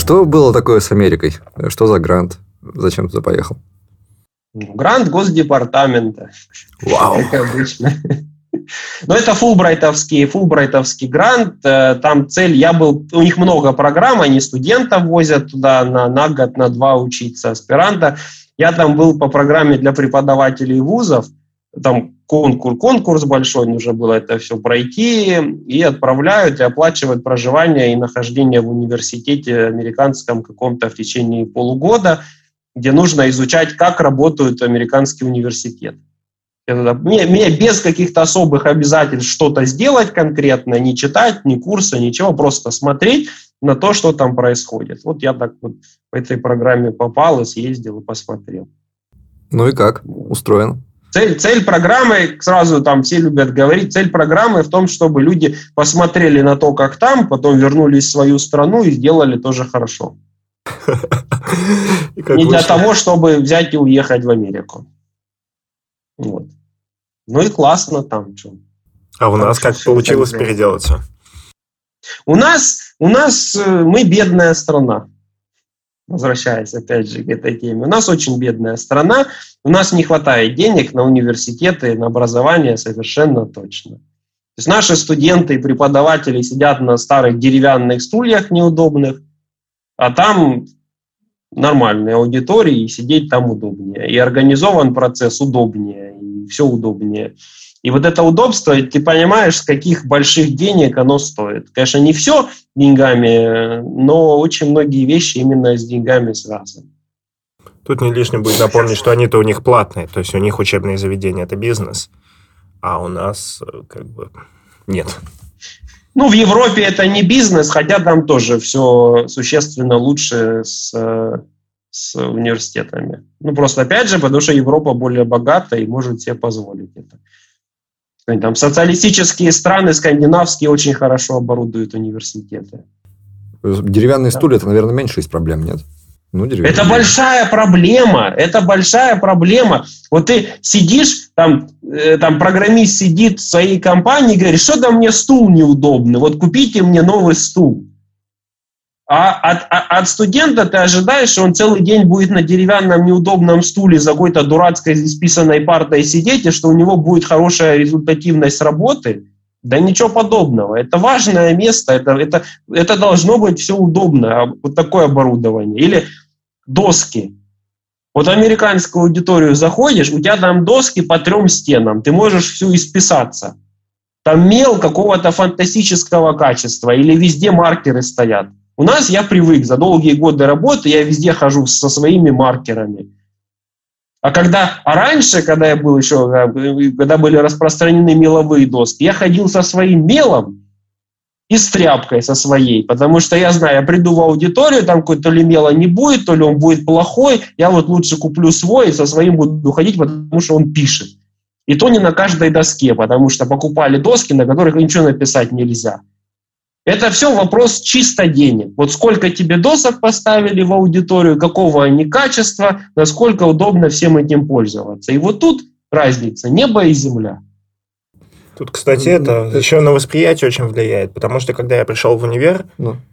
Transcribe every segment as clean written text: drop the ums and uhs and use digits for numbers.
что было такое с Америкой? Что за грант? Зачем ты туда поехал? Грант Госдепартамента. Вау. Как обычно. Но это фулбрайтовский грант. Там цель, у них много программ, они студентов возят туда на год, на 2 учиться, аспиранта. Я там был по программе для преподавателей вузов. Там конкурс большой, нужно было это все пройти, и отправляют, и оплачивают проживание и нахождение в университете американском каком-то в течение полугода, где нужно изучать, как работают американские университеты. Мне без каких-то особых обязательств что-то сделать конкретно, не читать, ни курса, ничего, просто смотреть на то, что там происходит. Вот я так вот по этой программе попал и съездил и посмотрел. Ну и как? Устроен? Цель программы, сразу там все любят говорить, цель программы в том, чтобы люди посмотрели на то, как там, потом вернулись в свою страну и сделали тоже хорошо. Не для того, чтобы взять и уехать в Америку. Вот. Ну и классно там. А у нас как получилось переделаться? У нас мы бедная страна. Возвращаясь опять же к этой теме. У нас очень бедная страна. У нас не хватает денег на университеты, на образование совершенно точно. То есть наши студенты и преподаватели сидят на старых деревянных стульях неудобных, а там нормальные аудитории, и сидеть там удобнее. И организован процесс удобнее, и все удобнее. И вот это удобство, ты понимаешь, с каких больших денег оно стоит. Конечно, не все деньгами, но очень многие вещи именно с деньгами связаны. Тут не лишним будет напомнить, что они-то у них платные, то есть у них учебные заведения – это бизнес, а у нас как бы нет. Ну, в Европе это не бизнес, хотя там тоже все существенно лучше с университетами. Ну, просто опять же, потому что Европа более богата и может себе позволить это. Там социалистические страны, скандинавские, очень хорошо оборудуют университеты. Деревянные стулья – это, наверное, меньше из проблем, нет? Ну, это большая проблема. Вот ты сидишь, там программист сидит в своей компании и говорит, что-то мне стул неудобный, вот купите мне новый стул. А от студента ты ожидаешь, что он целый день будет на деревянном неудобном стуле за какой-то дурацкой исписанной партой сидеть, и что у него будет хорошая результативность работы. Да ничего подобного. Это важное место, это должно быть все удобно, вот такое оборудование. Или доски. Вот в американскую аудиторию заходишь, у тебя там доски по 3 стенам, ты можешь всю исписаться. Там мел какого-то фантастического качества, или везде маркеры стоят. У нас я привык, за долгие годы работы я везде хожу со своими маркерами. А раньше, когда были распространены меловые доски, я ходил со своим мелом и с тряпкой со своей, потому что я знаю, я приду в аудиторию, там какой-то то ли мела не будет, то ли он будет плохой, я вот лучше куплю свой и со своим буду ходить, потому что он пишет. И то не на каждой доске, потому что покупали доски, на которых ничего написать нельзя. Это все вопрос чисто денег. Вот сколько тебе досок поставили в аудиторию, какого они качества, насколько удобно всем этим пользоваться. И вот тут разница небо и земля. Тут, кстати, это еще на восприятие очень влияет, потому что когда я пришел в универ,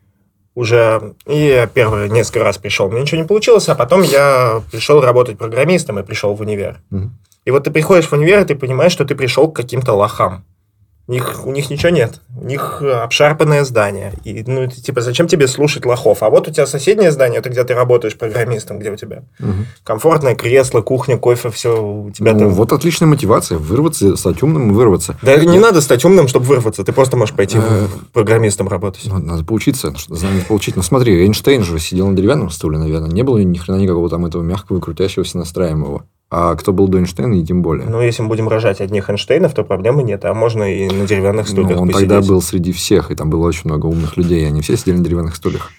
уже и первые несколько раз пришел, у меня ничего не получилось, а потом я пришел работать программистом и пришел в универ. И вот ты приходишь в универ, и ты понимаешь, что ты пришел к каким-то лохам. У них ничего нет. У них обшарпанное здание. И, зачем тебе слушать лохов? А вот у тебя соседнее здание, это где ты работаешь программистом, где у тебя комфортное кресло, кухня, кофе, все у тебя там. Вот отличная мотивация. Вырваться, стать умным и вырваться. Да не надо стать умным, чтобы вырваться. Ты просто можешь пойти программистом работать. Надо поучиться, знание получить. Ну, смотри, Эйнштейн же сидел на деревянном стуле, наверное. Не было ни хрена никакого там этого мягкого, крутящегося, настраиваемого. А кто был до Эйнштейна, и тем более. Ну, если мы будем рожать одних Эйнштейнов, то проблемы нет. А можно и на деревянных стульях он посидеть. Тогда был среди всех, и там было очень много умных людей. Они все сидели на деревянных стульях.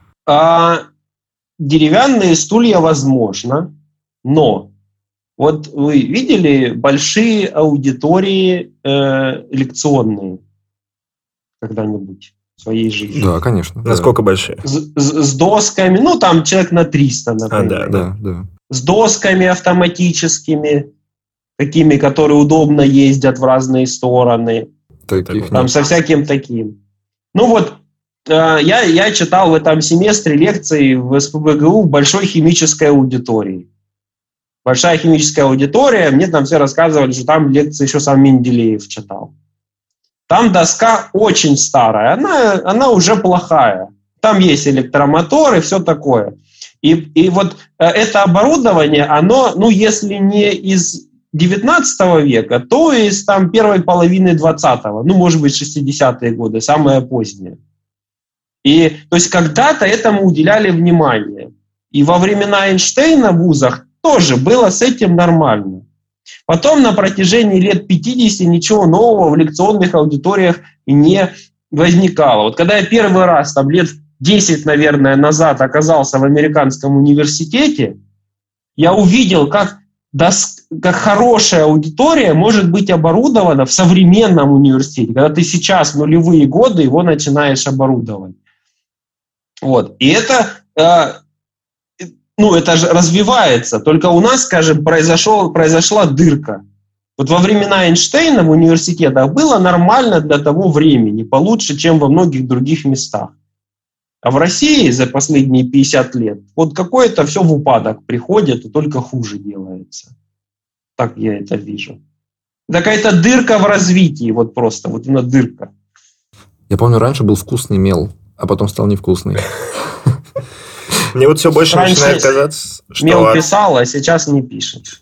Деревянные стулья возможно, но вот вы видели большие аудитории лекционные когда-нибудь в своей жизни? Да, конечно. Насколько большие? С досками, там человек на 300, например. Да. С досками автоматическими, такими, которые удобно ездят в разные стороны. Таких там со всяким таким. Ну вот, я читал в этом семестре лекции в СПбГУ в большой химической аудитории. Большая химическая аудитория, мне там все рассказывали, что там лекции еще сам Менделеев читал. Там доска очень старая, она уже плохая. Там есть электромотор и все такое. И вот это оборудование, оно, ну, если не из 19 века, то из там, первой половины 20-го, ну, может быть, 60-е годы, самое позднее. И, то есть, когда-то этому уделяли внимание. И во времена Эйнштейна в вузах тоже было с этим нормально. Потом на протяжении лет 50 ничего нового в лекционных аудиториях не возникало. Вот когда я первый раз, там, лет 10, наверное, назад оказался в американском университете, я увидел, как хорошая аудитория может быть оборудована в современном университете, когда ты сейчас в нулевые годы его начинаешь оборудовать. Вот. И это, это же развивается. Только у нас, скажем, произошла дырка. Вот во времена Эйнштейна в университетах было нормально для того времени, получше, чем во многих других местах. А в России за последние 50 лет вот какое-то все в упадок приходит и только хуже делается. Так я это вижу. Какая-то дырка в развитии, вот просто, вот она дырка. Я помню, раньше был вкусный мел, а потом стал невкусный. Мне вот все больше начинает казаться, что... Мел писал, а сейчас не пишет.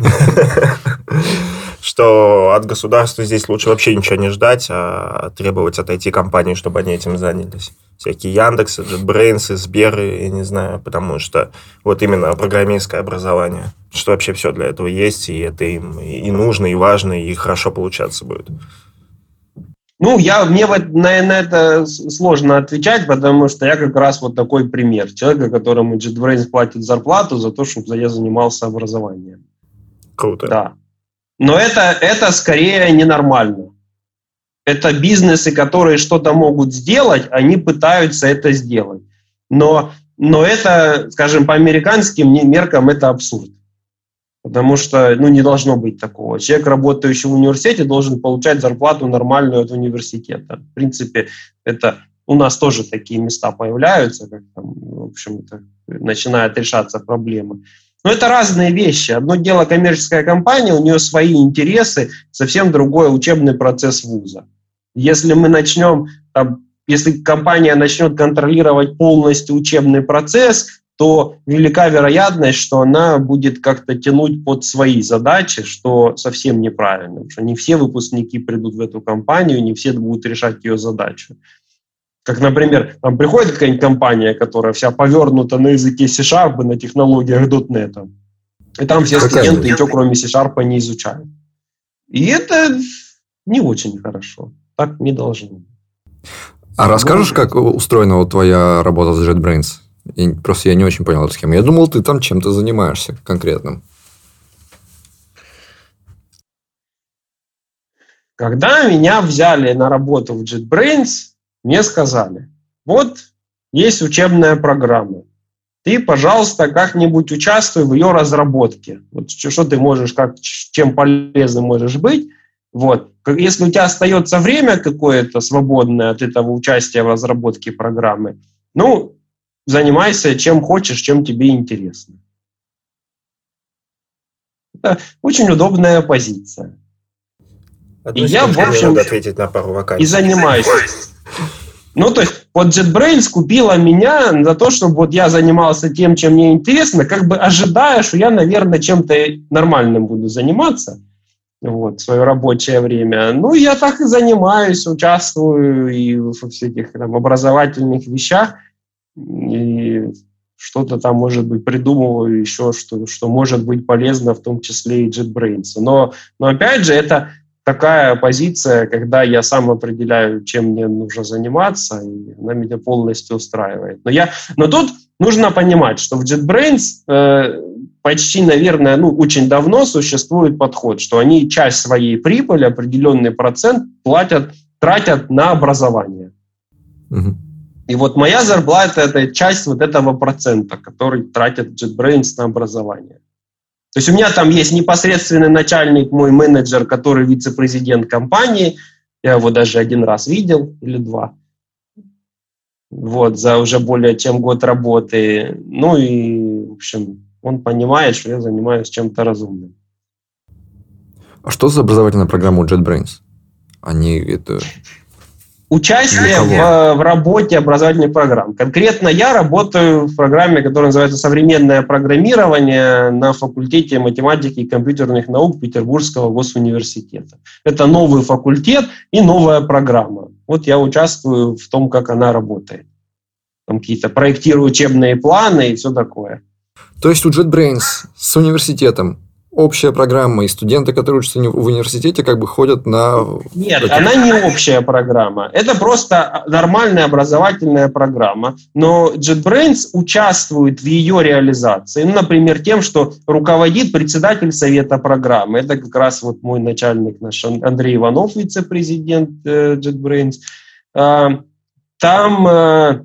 Что от государства здесь лучше вообще ничего не ждать, а требовать от IT-компаний, чтобы они этим занялись. Всякие Яндексы, JetBrains, Сберы, я не знаю, потому что вот именно программистское образование, что вообще все для этого есть, и это им и нужно, и важно, и хорошо получаться будет. Ну, мне на это сложно отвечать, потому что я как раз вот такой пример. Человека, которому JetBrains платит зарплату за то, чтобы я занимался образованием. Круто. Да. Но это скорее ненормально. Это бизнесы, которые что-то могут сделать, они пытаются это сделать. Но это, скажем, по американским меркам это абсурд. Потому что не должно быть такого. Человек, работающий в университете, должен получать зарплату нормальную от университета. В принципе, это у нас тоже такие места появляются, как там, в общем-то, начинает решаться проблема. Но это разные вещи. Одно дело коммерческая компания, у нее свои интересы, совсем другой учебный процесс вуза. Если компания начнет контролировать полностью учебный процесс, то велика вероятность, что она будет как-то тянуть под свои задачи, что совсем неправильно. Потому что не все выпускники придут в эту компанию, не все будут решать ее задачу. Как, например, там приходит какая-нибудь компания, которая вся повернута на языке C-Sharp и на технологиях .NET. И там все студенты ничего кроме C-Sharp не изучают. И это не очень хорошо. Так не должно быть. А расскажешь, как устроена вот твоя работа с JetBrains? Просто я не очень понял эту схему. Я думал, ты там чем-то занимаешься конкретным. Когда меня взяли на работу в JetBrains, мне сказали, вот есть учебная программа. Ты, пожалуйста, как-нибудь участвуй в ее разработке. Вот что ты можешь, чем полезным можешь быть. Вот. Если у тебя остается время какое-то свободное от этого участия в разработке программы, занимайся чем хочешь, чем тебе интересно. Это очень удобная позиция. И я, в общем, надо ответить на пару вакансий. И занимаюсь. То есть, вот JetBrains купила меня за то, чтобы вот я занимался тем, чем мне интересно, как бы ожидая, что я, наверное, чем-то нормальным буду заниматься в свое рабочее время. Я так и занимаюсь, участвую и в всяких образовательных вещах. И что-то там, может быть, придумываю еще, что может быть полезно, в том числе и JetBrains. Но опять же, это такая позиция, когда я сам определяю, чем мне нужно заниматься, и она меня полностью устраивает. Но тут нужно понимать, что в JetBrains почти, наверное, очень давно существует подход, что они часть своей прибыли, определенный процент тратят на образование. Угу. И вот моя зарплата – это часть вот этого процента, который тратит JetBrains на образование. То есть у меня там есть непосредственный начальник, мой менеджер, который вице-президент компании. Я его даже один раз видел или два. вот, за уже более чем год работы. Ну и, в общем, он понимает, что я занимаюсь чем-то разумным. А что за образовательная программа у JetBrains? Они это... Участие в работе образовательных программ. Конкретно я работаю в программе, которая называется «Современное программирование» на факультете математики и компьютерных наук Петербургского госуниверситета. Это новый факультет и новая программа. Вот я участвую в том, как она работает. Там какие-то проектирую учебные планы и все такое. То есть у JetBrains с университетом общая программа, и студенты, которые учатся в университете, как бы ходят на... Нет, она не общая программа. Это просто нормальная образовательная программа. Но JetBrains участвует в ее реализации. Ну, например, тем, что руководит председатель совета программы. Это как раз вот мой начальник, наш Андрей Иванов, вице-президент JetBrains. Там...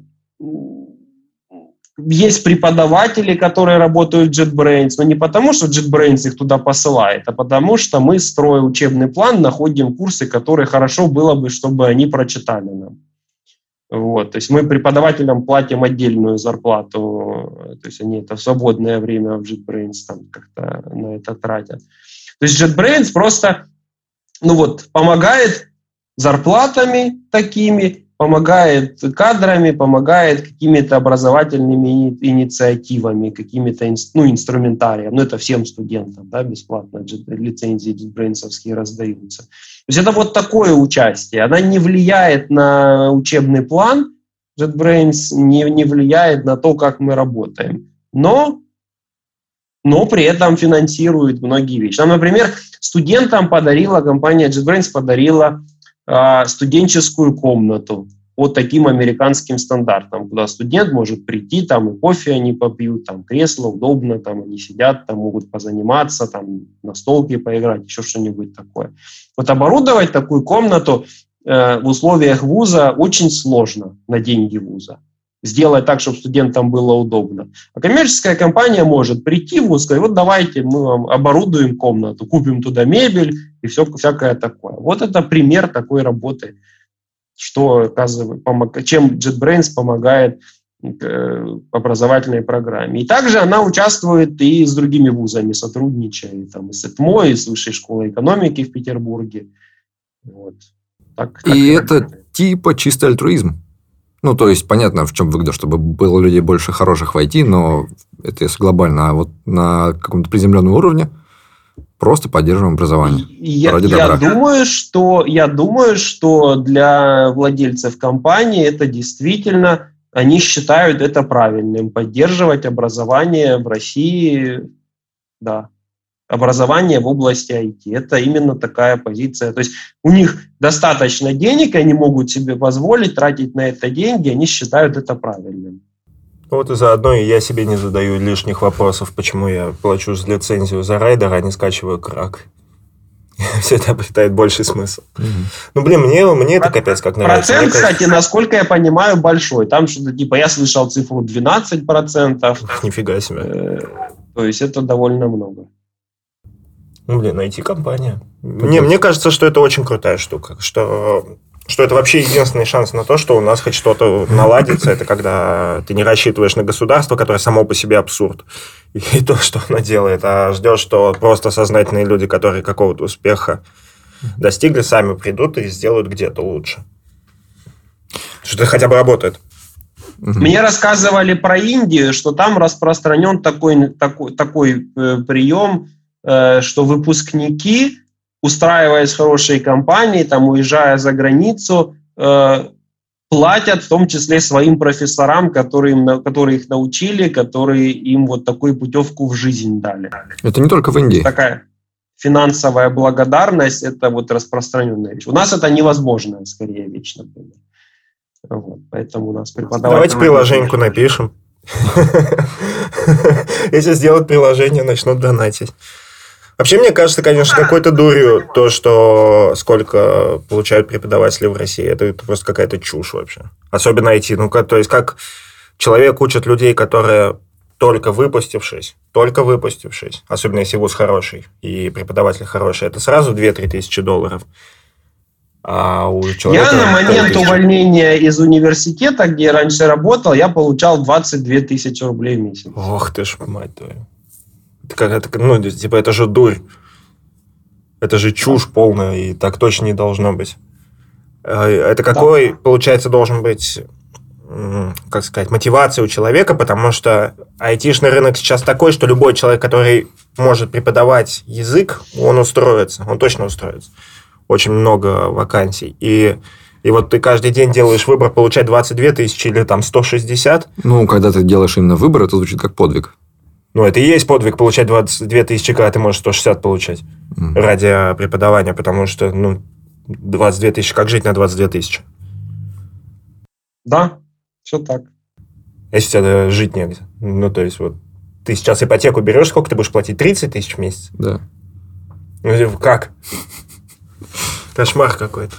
Есть преподаватели, которые работают в JetBrains, но не потому, что JetBrains их туда посылает, а потому что мы, строя учебный план, находим курсы, которые хорошо было бы, чтобы они прочитали нам. Вот. То есть мы преподавателям платим отдельную зарплату, то есть они это в свободное время в JetBrains там как-то на это тратят. То есть JetBrains просто помогает зарплатами такими, помогает кадрами, помогает какими-то образовательными инициативами, какими-то инструментарием. Это всем студентам, да, бесплатно лицензии JetBrains-овские раздаются. То есть это вот такое участие. Она не влияет на учебный план JetBrains, не влияет на то, как мы работаем. Но при этом финансирует многие вещи. Например, студентам компания JetBrains подарила студенческую комнату по таким американским стандартам, куда студент может прийти, там и кофе они попьют, там кресло удобно, там они сидят, там могут позаниматься, там на столке поиграть, еще что-нибудь такое. Вот оборудовать такую комнату в условиях вуза очень сложно на деньги вуза. Сделать так, чтобы студентам было удобно. А коммерческая компания может прийти в вуз и сказать, вот давайте мы вам оборудуем комнату, купим туда мебель и всякое такое. Вот это пример такой работы, чем JetBrains помогает образовательной программе. И также она участвует и с другими вузами, сотрудничает, и с ЭТМО, и с Высшей школой экономики в Петербурге. Вот. И это типа чистый альтруизм. То есть, понятно, в чем выгода, чтобы было людей больше хороших в IT, но это если глобально, а вот на каком-то приземленном уровне просто поддерживаем образование ради добра. Я думаю, что для владельцев компании это действительно, они считают это правильным, поддерживать образование в России, да. Образование в области IT. Это именно такая позиция. То есть у них достаточно денег, они могут себе позволить тратить на это деньги, они считают это правильным. Вот и заодно и я себе не задаю лишних вопросов, почему я плачу за лицензию за райдер, а не скачиваю крак. Все это обретает больший смысл. Мне это капец как нравится. Процент, кстати, насколько я понимаю, большой. Там что-то типа, я слышал цифру 12%. Нифига себе. То есть это довольно много. IT-компания. Мне кажется, что это очень крутая штука. Что это вообще единственный шанс на то, что у нас хоть что-то наладится. Это когда ты не рассчитываешь на государство, которое само по себе абсурд. И то, что оно делает, а ждешь, что просто сознательные люди, которые какого-то успеха достигли, сами придут и сделают где-то лучше. Что это хотя бы работает. Мне рассказывали про Индию, что там распространен такой прием, что выпускники, устраиваясь в хорошие компании, уезжая за границу, платят в том числе своим профессорам, которые их научили, которые им вот такую путевку в жизнь дали. Это не только в Индии. Такая финансовая благодарность, это вот распространенная вещь. У нас это невозможная, скорее, вещь, например. Вот, поэтому у нас преподаватели... Давайте приложеньку напишем. Если сделать приложение, начнут донатить. Вообще, мне кажется, конечно, какой-то дурью то, что сколько получают преподаватели в России. Это просто какая-то чушь вообще. Особенно IT. То есть, как человек учит людей, которые только выпустившись, особенно если вуз хороший и преподаватель хороший, это сразу 2-3 тысячи $. А у человека... Я на момент увольнения из университета, где я раньше работал, я получал 22 тысячи рублей в месяц. Ох ты ж, мать твою. Это же дурь. Это же чушь полная, и так точно не должно быть. Это какой, получается, должен быть, как сказать, мотивация у человека, потому что айтишный рынок сейчас такой, что любой человек, который может преподавать язык, он устроится, он точно устроится. Очень много вакансий. И вот ты каждый день делаешь выбор получать 22 тысячи или там 160. Ну, когда ты делаешь именно выбор, это звучит как подвиг. Ну, это и есть подвиг получать 22 тысячи, когда ты можешь 160 получать ради преподавания, потому что, 22 тысячи, как жить на 22 тысячи? Да, все так. Если тебе жить негде. То есть, вот ты сейчас ипотеку берешь, сколько ты будешь платить? 30 тысяч в месяц? Да. Как? Кошмар какой-то.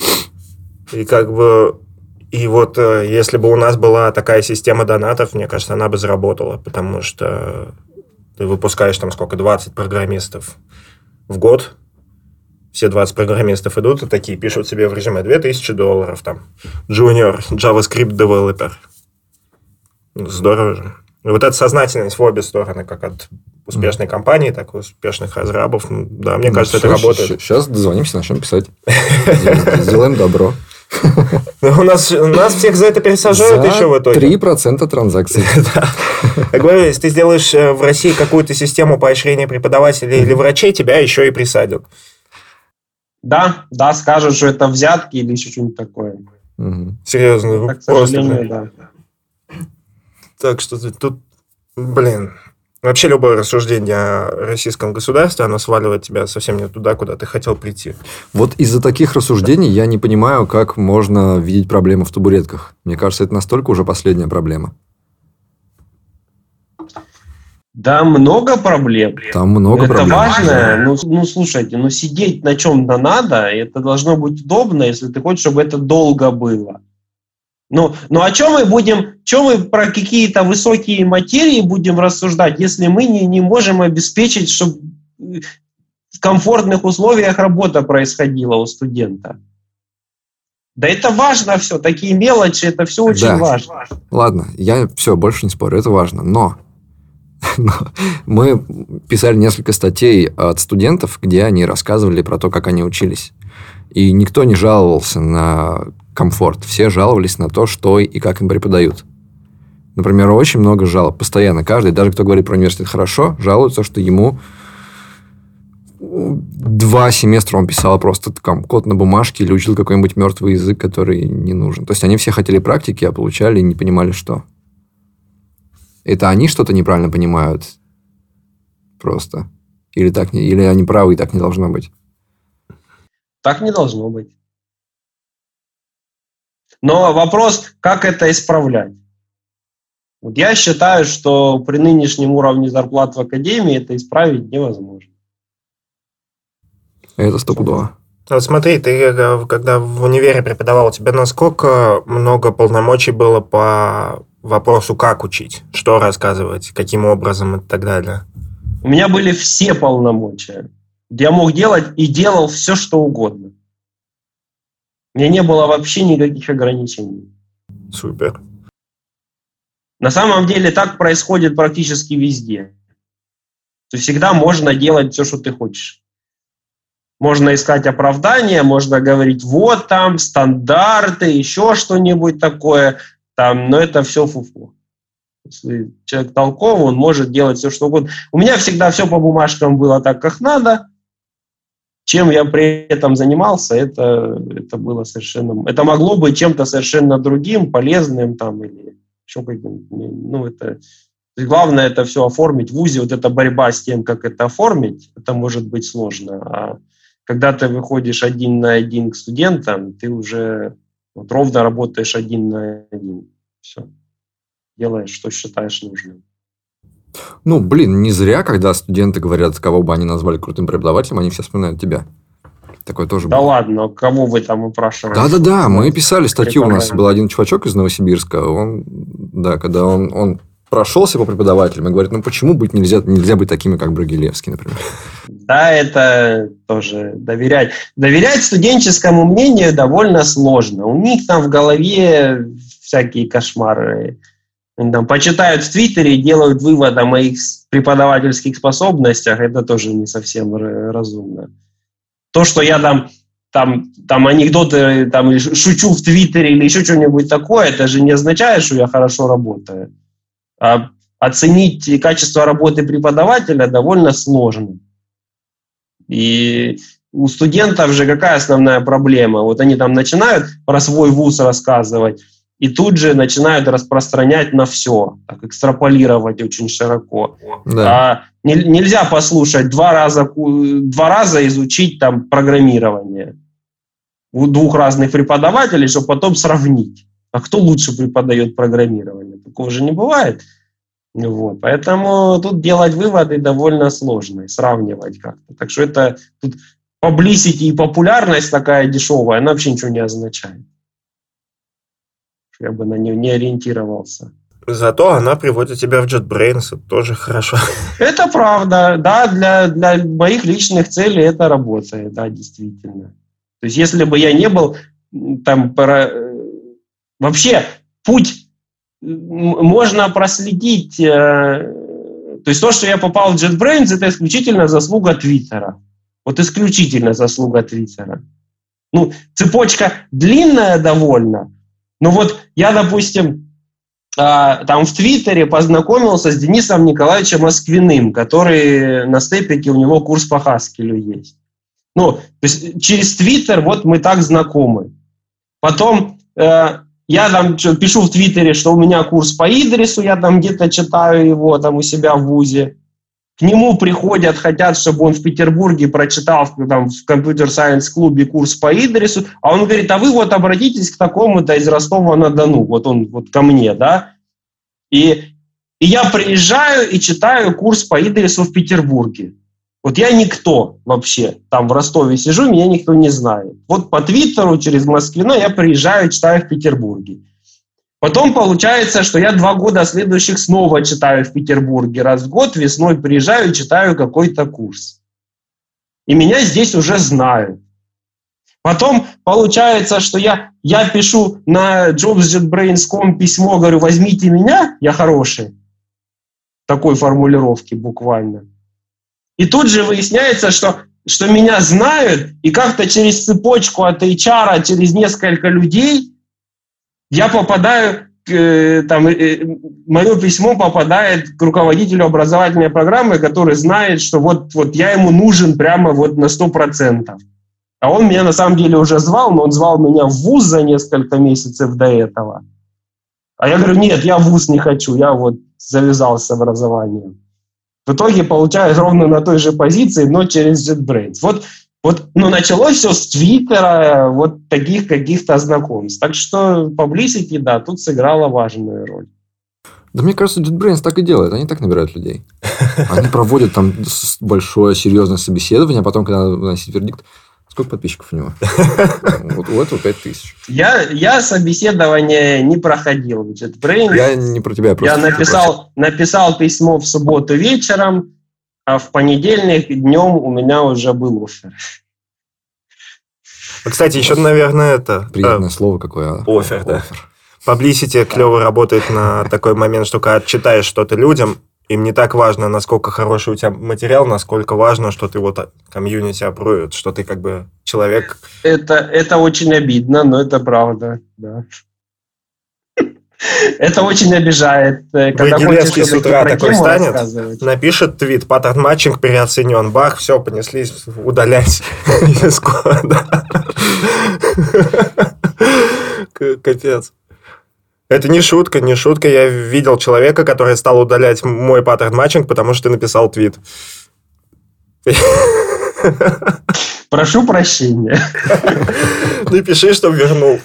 И вот если бы у нас была такая система донатов, мне кажется, она бы заработала, потому что ты выпускаешь там 20 программистов в год, все 20 программистов идут и такие пишут себе в резюме $2000, там, junior, JavaScript developer. Здорово же. И вот эта сознательность в обе стороны, как от успешной компании, так и успешных разрабов, да, мне кажется, это работает. Сейчас дозвонимся, начнем писать. Сделаем добро. У нас всех за это пересажают еще в итоге. 3% транзакций. Я говорю, если ты сделаешь в России какую-то систему поощрения преподавателей или врачей, тебя еще и присадят. Да, скажут, что это взятки или еще что-нибудь такое. Серьезно, так, к сожалению, да. Так что тут, вообще любое рассуждение о российском государстве, оно сваливает тебя совсем не туда, куда ты хотел прийти. Вот из-за таких рассуждений я не понимаю, как можно видеть проблемы в табуретках. Мне кажется, это настолько уже последняя проблема. Да, много проблем. Там много проблем. Это важно. Слушайте, сидеть на чем-то надо, это должно быть удобно, если ты хочешь, чтобы это долго было. А чем мы про какие-то высокие материи будем рассуждать, если мы не можем обеспечить, чтобы в комфортных условиях работа происходила у студента? Да это важно все, такие мелочи, это все очень важно. Ладно, я больше не спорю, это важно, но мы писали несколько статей от студентов, где они рассказывали про то, как они учились. И никто не жаловался на комфорт. Все жаловались на то, что и как им преподают. Например, очень много жалоб. Постоянно. Каждый, даже кто говорит про университет хорошо, жалуется, что ему 2 семестра он писал просто код на бумажке или учил какой-нибудь мертвый язык, который не нужен. То есть, они все хотели практики, а получали и не понимали, что. Это они что-то неправильно понимают просто? Или они правы, и так не должно быть? Так не должно быть. Но вопрос, как это исправлять? Вот я считаю, что при нынешнем уровне зарплат в академии это исправить невозможно. Это стопудово. Вот смотри, ты когда в универе преподавал, у тебя насколько много полномочий было по вопросу, как учить, что рассказывать, каким образом и так далее? У меня были все полномочия. Я мог делать и делал все, что угодно. У меня не было вообще никаких ограничений. Супер. На самом деле так происходит практически везде. То есть всегда можно делать все, что ты хочешь. Можно искать оправдания, можно говорить, вот там стандарты, еще что-нибудь такое. Но это все фуфу. Если человек толковый, он может делать все, что угодно. У меня всегда все по бумажкам было так, как надо. Чем я при этом занимался, это было совершенно... Это могло быть чем-то совершенно другим, полезным или еще каким-то... Главное это все оформить в ВУЗе. Вот эта борьба с тем, как это оформить, это может быть сложно. А когда ты выходишь 1 на 1 к студентам, ты уже ровно работаешь 1 на 1. Все. Делаешь, что считаешь нужным. Не зря, когда студенты говорят, кого бы они назвали крутым преподавателем, они все вспоминают тебя. Такое тоже было. Да ладно, кого вы там упрашивали? Да, мы писали статью, у нас был один чувачок из Новосибирска, когда он прошелся по преподавателям и говорит, ну, почему нельзя быть такими, как Брагилевский, например? Да, это тоже доверять. Доверять студенческому мнению довольно сложно. У них там в голове всякие кошмары. Они там почитают в Твиттере и делают вывод о моих преподавательских способностях. Это тоже не совсем разумно. То, что я там анекдоты там, или шучу в Твиттере или еще что-нибудь такое, это же не означает, что я хорошо работаю. А оценить качество работы преподавателя довольно сложно. И у студентов же какая основная проблема? Вот они там начинают про свой вуз рассказывать, и тут же начинают распространять на все, так, экстраполировать очень широко. Да. Нельзя послушать два раза изучить там программирование у двух разных преподавателей, чтобы потом сравнить. А кто лучше преподает программирование? Такого же не бывает. Вот. Поэтому тут делать выводы довольно сложно и сравнивать как-то. Так что это тут publicity и популярность такая дешевая, она вообще ничего не означает. Я бы на нее не ориентировался. Зато она приводит тебя в JetBrains, это тоже хорошо. Это правда, да, для моих личных целей это работает, да, действительно. То есть если бы я не был там... Вообще, путь можно проследить. То есть то, что я попал в JetBrains, это исключительно заслуга Твиттера. Вот исключительно заслуга Твиттера. Ну, цепочка длинная довольно, но вот я, допустим, там в Твиттере познакомился с Денисом Николаевичем Москвиным, который на Степике, у него курс по Хаскелю есть. Ну, то есть через Твиттер вот мы так знакомы. Потом я там пишу в Твиттере, что у меня курс по Идрису, я там где-то читаю его там у себя в вузе. К нему приходят, хотят, чтобы он в Петербурге прочитал там, в компьютер-сайенс-клубе курс по Идрису, а он говорит, а вы вот обратитесь к такому-то из Ростова-на-Дону, вот он вот ко мне, да, и я приезжаю и читаю курс по Идрису в Петербурге. Вот я никто вообще, там в Ростове сижу, меня никто не знает. Вот по Твиттеру через Москвина я приезжаю и читаю в Петербурге. Потом получается, что я 2 года следующих снова читаю в Петербурге. Раз в год весной приезжаю и читаю какой-то курс. И меня здесь уже знают. Потом получается, что я пишу на jobs.jetbrains.com письмо, говорю, возьмите меня, я хороший. Такой формулировки буквально. И тут же выясняется, что меня знают, и как-то через цепочку от HR, через несколько людей я попадаю, мое письмо попадает к руководителю образовательной программы, который знает, что вот я ему нужен прямо вот на 100%. А он меня на самом деле уже звал, но он звал меня в вуз за несколько месяцев до этого. А я говорю, нет, я в вуз не хочу, я вот завязался с образованием. В итоге получаюсь ровно на той же позиции, но через JetBrains. Вот, началось все с Твиттера, вот таких каких-то знакомств. Так что publicity, да, тут сыграла важную роль. Да мне кажется, JetBrains так и делает. Они так набирают людей. Они проводят там большое, серьезное собеседование, а потом, когда надо выносить вердикт, сколько подписчиков у него? Вот у этого 5000. Я собеседование не проходил в JetBrains. Я не про тебя, просто... Я написал письмо в субботу вечером, а в понедельник днем у меня уже был оффер. Кстати, еще, наверное, это... Приятное слово какое. Оффер, да. Publicity клево работает на такой момент, что когда читаешь что-то людям, им не так важно, насколько хороший у тебя материал, насколько важно, что ты вот комьюнити аппрует, что ты как бы человек... Это очень обидно, но это правда, да. Это очень обижает. Брагилевский с утра такой станет, напишет твит, паттерн-матчинг переоценен, бах, все, понеслись удалять из кода. Капец. Это не шутка. Я видел человека, который стал удалять мой паттерн-матчинг, потому что ты написал твит. Прошу прощения. Напиши, чтобы вернул.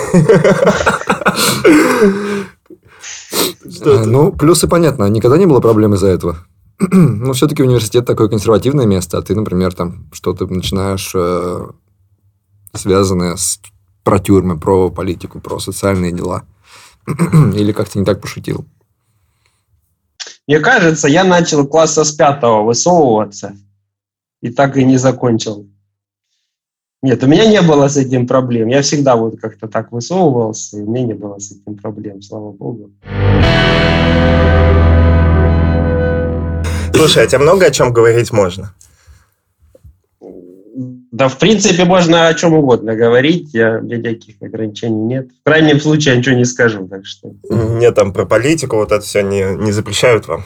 Ну, плюсы понятно. Никогда не было проблем из-за этого. Но все-таки университет такое консервативное место, а ты, например, там что-то начинаешь связанное про тюрьмы, про политику, про социальные дела. Или как-то не так пошутил? Мне кажется, я начал класса с 5 высовываться и так и не закончил. Нет, у меня не было с этим проблем. Я всегда вот как-то так высовывался, и у меня не было с этим проблем, слава богу. Слушай, а тебе много о чем говорить можно? Да, в принципе, можно о чем угодно говорить. У меня никаких ограничений нет. В крайнем случае, я ничего не скажу. Так что... Нет, там про политику вот это все не запрещают вам?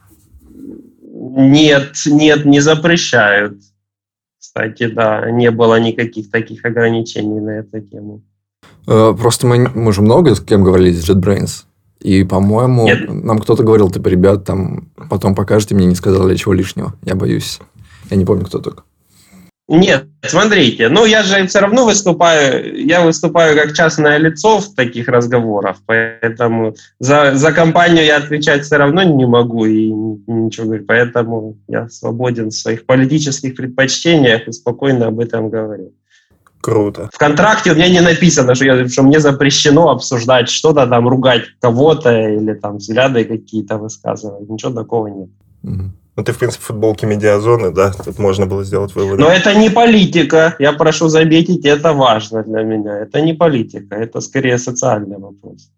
Нет, не запрещают. Кстати, да, не было никаких таких ограничений на эту тему. Просто мы уже много с кем говорили из JetBrains. И, по-моему, нам кто-то говорил, типа, ребят, там, потом покажете, мне не сказали ничего лишнего. Я боюсь. Я не помню, кто только. Нет, смотрите, я же все равно выступаю как частное лицо в таких разговорах, поэтому за компанию я отвечать все равно не могу и ничего говорить, поэтому я свободен в своих политических предпочтениях и спокойно об этом говорю. Круто. В контракте у меня не написано, что мне запрещено обсуждать что-то, там, ругать кого-то или там взгляды какие-то высказывать, ничего такого нет. Ну, ты, в принципе, в футболке медиазоны, да? Тут можно было сделать выводы. Но это не политика. Я прошу заметить, это важно для меня. Это не политика, это скорее социальный вопрос.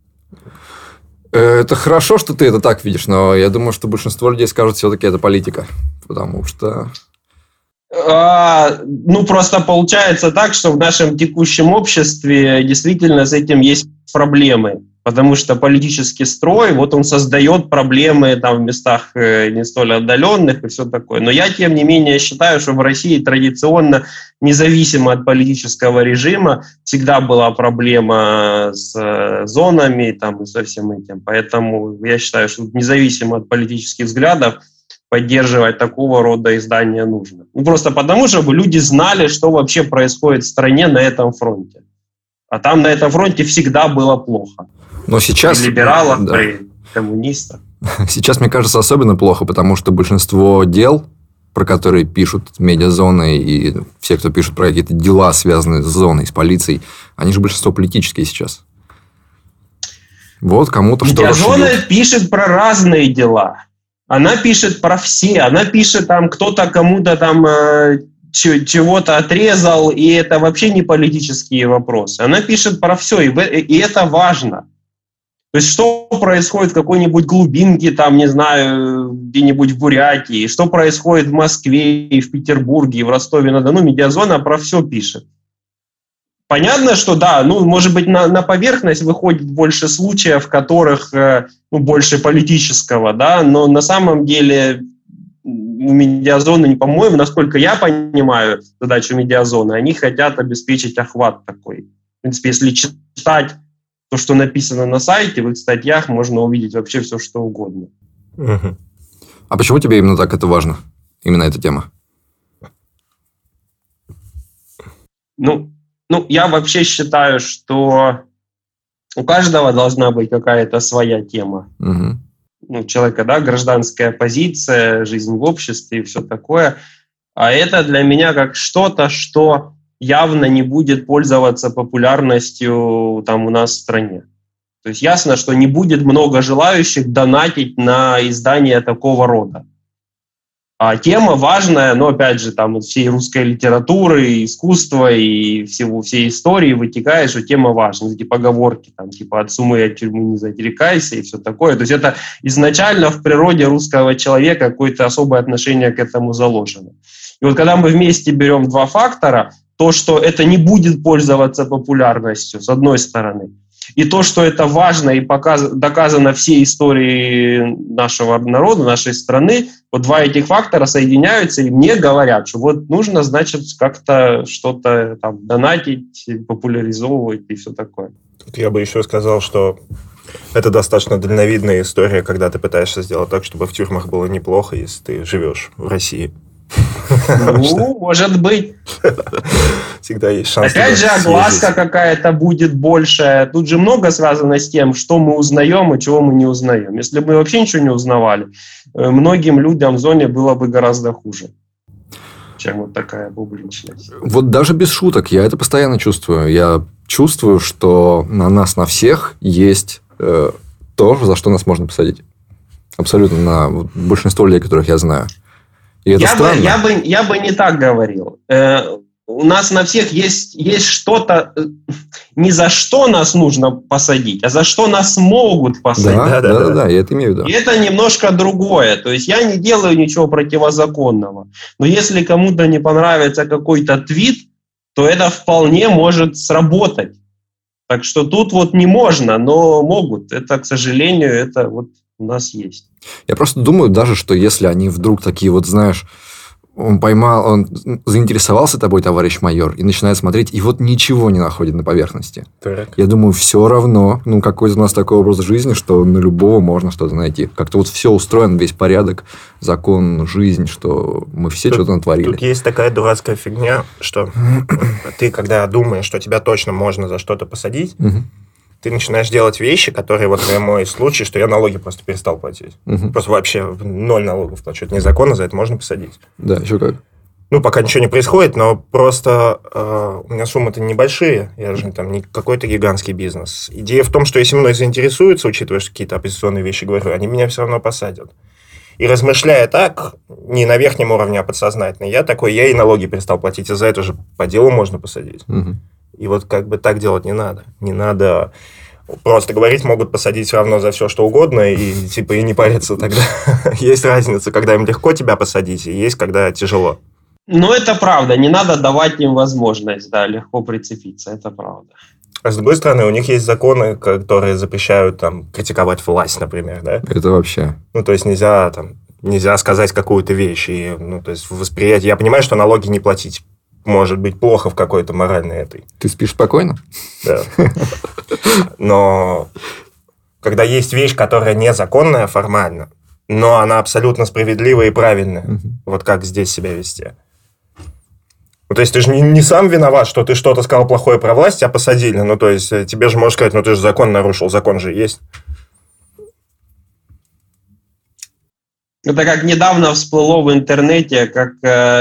Это хорошо, что ты это так видишь, но я думаю, что большинство людей скажут, все-таки это политика. Потому что... Просто получается так, что в нашем текущем обществе действительно с этим есть проблемы. Потому что политический строй, вот он создает проблемы там, в местах не столь отдаленных и все такое. Но я, тем не менее, считаю, что в России традиционно, независимо от политического режима, всегда была проблема с зонами там, и со всем этим. Поэтому я считаю, что независимо от политических взглядов, поддерживать такого рода издания нужно. Просто потому, чтобы люди знали, что вообще происходит в стране на этом фронте. А там на этом фронте всегда было плохо. Но сейчас... При либералах, да. При коммунистах. Сейчас, мне кажется, особенно плохо, потому что большинство дел, про которые пишут медиазоны и все, кто пишут про какие-то дела, связанные с зоной, с полицией, они же большинство политические сейчас. Вот кому-то что-то... Медиазона пишет про разные дела. Она пишет про все. Она пишет, там, кто-то кому-то там... чего-то отрезал, и это вообще не политические вопросы. Она пишет про все, и это важно. То есть, что происходит в какой-нибудь глубинке, там, не знаю, где-нибудь в Бурятии, что происходит в Москве, и в Петербурге, и в Ростове-на-Дону, медиазона про все пишет. Понятно, что да, может быть, на поверхность выходит больше случаев, в которых больше политического, да, но на самом деле... У медиазоны, по-моему, насколько я понимаю задачу медиазоны, они хотят обеспечить охват такой. В принципе, если читать то, что написано на сайте, в их статьях можно увидеть вообще все, что угодно. Угу. А почему тебе именно так это важно? Именно эта тема? Я вообще считаю, что у каждого должна быть какая-то своя тема. Угу. У человека, да, гражданская позиция, жизнь в обществе и все такое. А это для меня как что-то, что явно не будет пользоваться популярностью там у нас в стране. То есть ясно, что не будет много желающих донатить на издание такого рода. А тема важная, но опять же, там из всей русской литературы, искусства и всей истории вытекает, что тема важна. Эти поговорки, там, типа «от сумы и от тюрьмы не зарекайся» и все такое. То есть это изначально в природе русского человека какое-то особое отношение к этому заложено. И вот когда мы вместе берем два фактора, то, что это не будет пользоваться популярностью, с одной стороны, и то, что это важно и доказано всей истории нашего народа, нашей страны, вот два этих фактора соединяются и мне говорят, что вот нужно, значит, как-то что-то там донатить, популяризовывать и все такое. Тут я бы еще сказал, что это достаточно дальновидная история, когда ты пытаешься сделать так, чтобы в тюрьмах было неплохо, если ты живешь в России. Может быть. Всегда есть шанс. Опять же, огласка какая-то будет большая. Тут же много связано с тем, что мы узнаем и чего мы не узнаем. Если бы мы вообще ничего не узнавали, многим людям в зоне было бы гораздо хуже, чем вот такая публичность. Вот даже без шуток, я это постоянно чувствую. Я чувствую, что на нас, на всех есть то, за что нас можно посадить. Абсолютно на большинство людей, которых я знаю. И это странно. Я бы не так говорил. У нас на всех есть что-то, не за что нас нужно посадить, а за что нас могут посадить. Да, я это имею в виду. И это немножко другое. То есть я не делаю ничего противозаконного. Но если кому-то не понравится какой-то твит, то это вполне может сработать. Так что тут вот не можно, но могут. Это, к сожалению, это вот у нас есть. Я просто думаю даже, что если они вдруг такие вот, знаешь, он заинтересовался тобой, товарищ майор, и начинает смотреть, и вот ничего не находит на поверхности. Так. Я думаю, все равно, какой-то у нас такой образ жизни, что на любого можно что-то найти. Как-то вот все устроено, весь порядок, закон, жизнь, что мы все что-то натворили. Тут есть такая дурацкая фигня, что ты, когда думаешь, что тебя точно можно за что-то посадить, ты начинаешь делать вещи, которые, вот в мой случай, что я налоги просто перестал платить. Просто вообще 0 налогов плачу. Это незаконно, за это можно посадить. Да, еще как. Пока ничего не происходит, но просто у меня суммы-то небольшие, я же там не какой-то гигантский бизнес. Идея в том, что если мной заинтересуются, учитывая, что какие-то оппозиционные вещи говорю, они меня все равно посадят. И размышляя так, не на верхнем уровне, а подсознательно, я и налоги перестал платить, и за это же по делу можно посадить. И вот как бы так делать не надо. Не надо просто говорить, могут посадить все равно за все, что угодно, и и не париться тогда. Есть разница, когда им легко тебя посадить, и есть, когда тяжело. Это правда. Не надо давать им возможность, легко прицепиться. Это правда. А с другой стороны, у них есть законы, которые запрещают критиковать власть, например, да? Это вообще... то есть нельзя сказать какую-то вещь. И, то есть восприятие... Я понимаю, что налоги не платить может быть плохо в какой-то моральной этой. Ты спишь спокойно? Да. Но когда есть вещь, которая незаконная формально, но она абсолютно справедливая и правильная, вот как здесь себя вести. То есть ты же не сам виноват, что ты что-то сказал плохое про власть, тебя посадили. То есть тебе же можно сказать, ты же закон нарушил, закон же есть. Это как недавно всплыло в интернете, как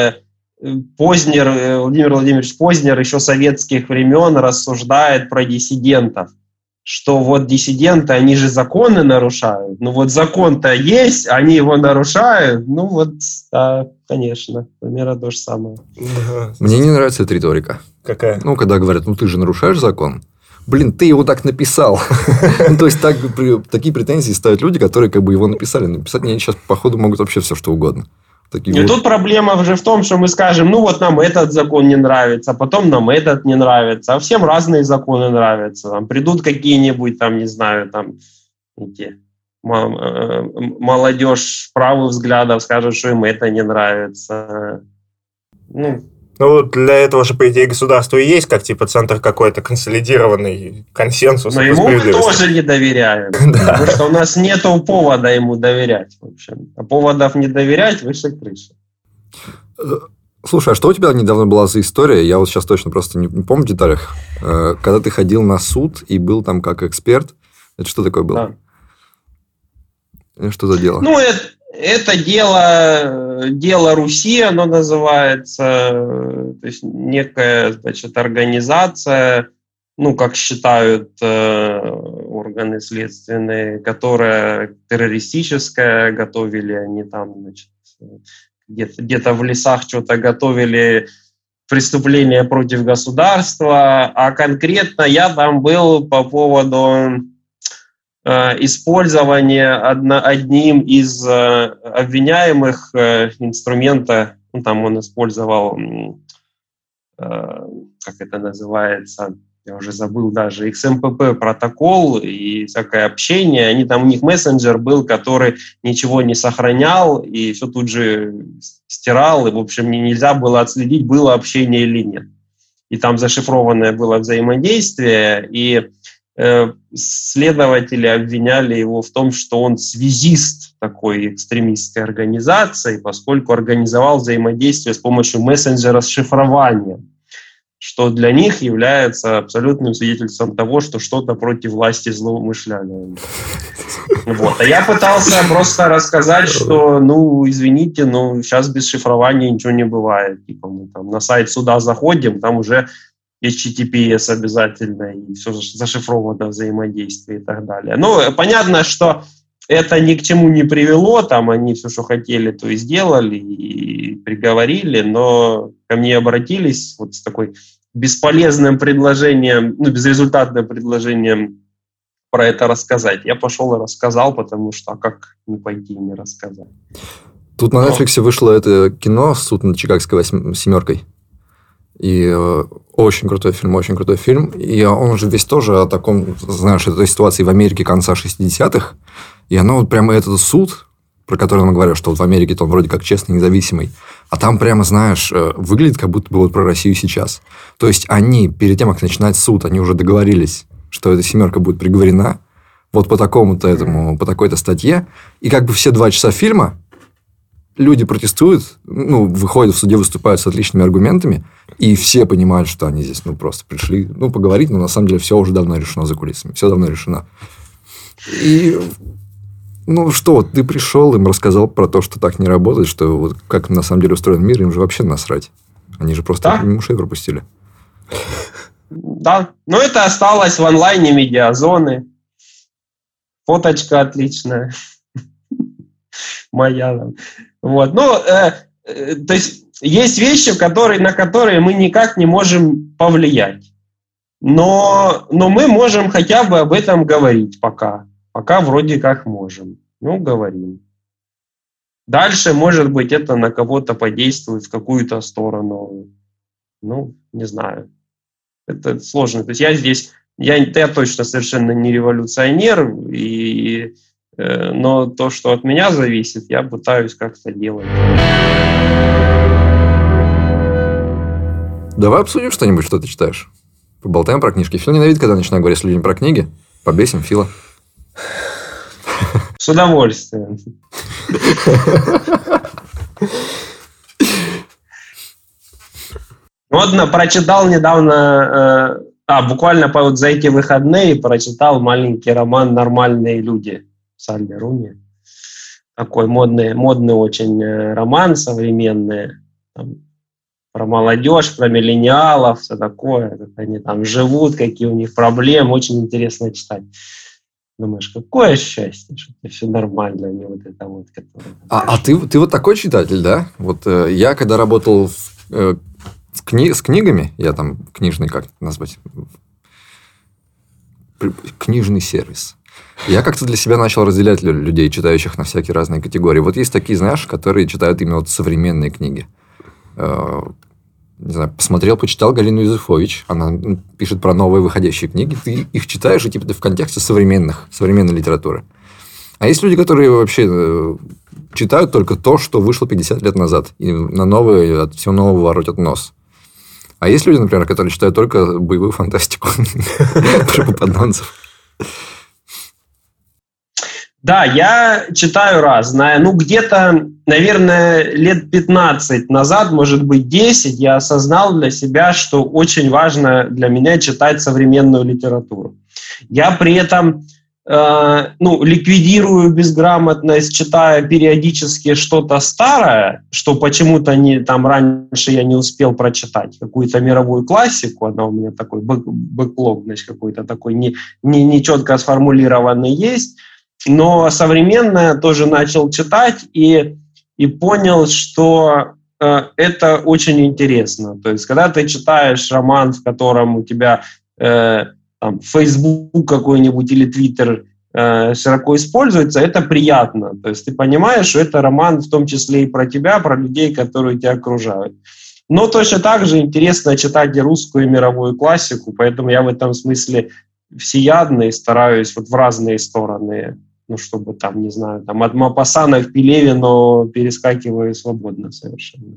Владимир Владимирович Познер еще советских времен рассуждает про диссидентов, что вот диссиденты, они же законы нарушают. Закон-то есть, они его нарушают. Конечно, примерно то же самое. Мне не нравится эта риторика. Какая? Когда говорят, ты же нарушаешь закон. Блин, ты его так написал. То есть, такие претензии ставят люди, которые его написали. Написать мне сейчас, походу, могут вообще все, что угодно. И тут проблема уже в том, что мы скажем, нам этот закон не нравится, потом нам этот не нравится, а всем разные законы нравятся. Придут какие-нибудь, молодежь правых взглядов скажет, что им это не нравится. Для этого же, по идее, государство и есть, как центр какой-то консолидированный консенсус. Но ему мы тоже не доверяем. Потому что у нас нету повода ему доверять. В общем. А поводов не доверять выше крыши. Слушай, а что у тебя недавно была за история? Я вот сейчас точно просто не помню в деталях. Когда ты ходил на суд и был там как эксперт. Это что такое было? Да. Что за дело? Это дело Руси, оно называется, то есть некая, организация, как считают органы следственные, которая террористическая, готовили они где-то в лесах что-то готовили, преступления против государства, а конкретно я там был по поводу использование одним из обвиняемых инструмента, он использовал, как это называется, я уже забыл даже, XMPP протокол и всякое общение, у них мессенджер был, который ничего не сохранял и все тут же стирал, и, в общем, нельзя было отследить, было общение или нет. И там зашифрованное было взаимодействие, и следователи обвиняли его в том, что он связист такой экстремистской организации, поскольку организовал взаимодействие с помощью мессенджера с шифрованием, что для них является абсолютным свидетельством того, что что-то против власти злоумышляли. А я пытался просто рассказать, что, извините, сейчас без шифрования ничего не бывает. Мы на сайт суда заходим, там уже HTTPS обязательно, и все зашифровано взаимодействие и так далее. Понятно, что это ни к чему не привело, там они все, что хотели, то и сделали, и приговорили, но ко мне обратились вот с такой бесполезным предложением, безрезультатным предложением про это рассказать. Я пошел и рассказал, потому что как не пойти и не рассказать. Тут на Netflix вышло это кино «Суд над Чикагской семеркой». И очень крутой фильм. И он же весь тоже о таком, знаешь, этой ситуации в Америке конца 60-х. И оно вот прямо этот суд, про который он говорил, что вот в Америке-то он вроде как честный, независимый. А там прямо, знаешь, выглядит, как будто бы вот про Россию сейчас. То есть они, перед тем, как начинать суд, они уже договорились, что эта семерка будет приговорена вот по такому-то этому, по такой-то статье. И как бы все 2 часа фильма люди протестуют, выходят в суде, выступают с отличными аргументами, и все понимают, что они здесь, просто пришли, поговорить, но на самом деле все уже давно решено за кулисами, все давно решено. И, что, ты пришел, им рассказал про то, что так не работает, что вот как на самом деле устроен мир, им же вообще насрать. Они же просто мимо ушей пропустили. Да, но это осталось в онлайне медиазоны. Фоточка отличная. Моя. Вот. То есть, есть вещи, на которые мы никак не можем повлиять. Но мы можем хотя бы об этом говорить пока. Пока вроде как можем. Говорим. Дальше, может быть, это на кого-то подействует в какую-то сторону. Не знаю. Это сложно. То есть я точно совершенно не революционер, но то, что от меня зависит, я пытаюсь как-то делать. Давай обсудим что-нибудь, что ты читаешь. Поболтаем про книжки. Фил ненавидит, когда начинаю говорить с людьми про книги. Побесим Фила. С удовольствием. Прочитал недавно, буквально за эти выходные прочитал маленький роман «Нормальные люди» Салли Руни. Такой модный очень роман современный. Про молодежь, про миллениалов, все такое. Как они там живут, какие у них проблемы. Очень интересно читать. Думаешь, какое счастье, что это все нормально, а не вот это вот. Ты вот такой читатель, да? Вот я, когда работал с книгами, я там книжный, как это назвать? Книжный сервис. Я как-то для себя начал разделять людей, читающих на всякие разные категории. Вот есть такие, знаешь, которые читают именно вот современные книги. Не знаю, почитал Галину Юзефович. Она пишет про новые выходящие книги. Ты их читаешь, и ты в контексте современной литературы. А есть люди, которые вообще читают только то, что вышло 50 лет назад. И на новые, от всего нового воротят нос. А есть люди, например, которые читают только боевую фантастику про попаданцев. Да, я читаю разное. Где-то, наверное, лет 15 назад, может быть, 10, я осознал для себя, что очень важно для меня читать современную литературу. Я при этом ликвидирую безграмотность, читая периодически что-то старое, что почему-то раньше я не успел прочитать, какую-то мировую классику, она у меня такой бэклог, какой-то такой не четко сформулированный есть. Но современное тоже начал читать и понял, что это очень интересно. То есть, когда ты читаешь роман, в котором у тебя Facebook какой-нибудь или Twitter широко используется, это приятно. То есть, ты понимаешь, что это роман в том числе и про тебя, про людей, которые тебя окружают. Но точно так же интересно читать и русскую, и мировую классику, поэтому я в этом смысле всеядный, стараюсь в разные стороны, чтобы от Мопассана к Пелевину перескакиваю свободно совершенно.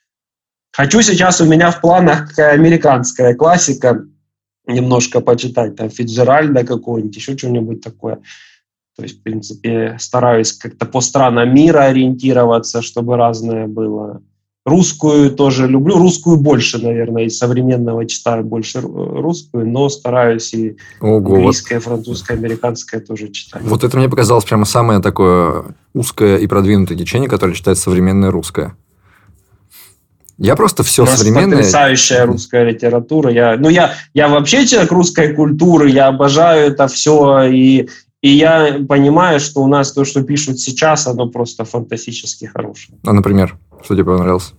У меня в планах американская классика, немножко почитать, Фицджеральда какого-нибудь, еще что-нибудь такое. То есть, в принципе, стараюсь как-то по странам мира ориентироваться, чтобы разное было. Русскую тоже люблю. Русскую больше, наверное, из современного читаю больше русскую, но стараюсь и английское, французское, американское тоже читать. Вот это мне показалось прямо самое такое узкое и продвинутое течение, которое читает современное русское. Я просто все современное... Потрясающая русская литература. Я вообще человек русской культуры, я обожаю это все, и И я понимаю, что у нас то, что пишут сейчас, оно просто фантастически хорошее. А, например, что тебе понравилось?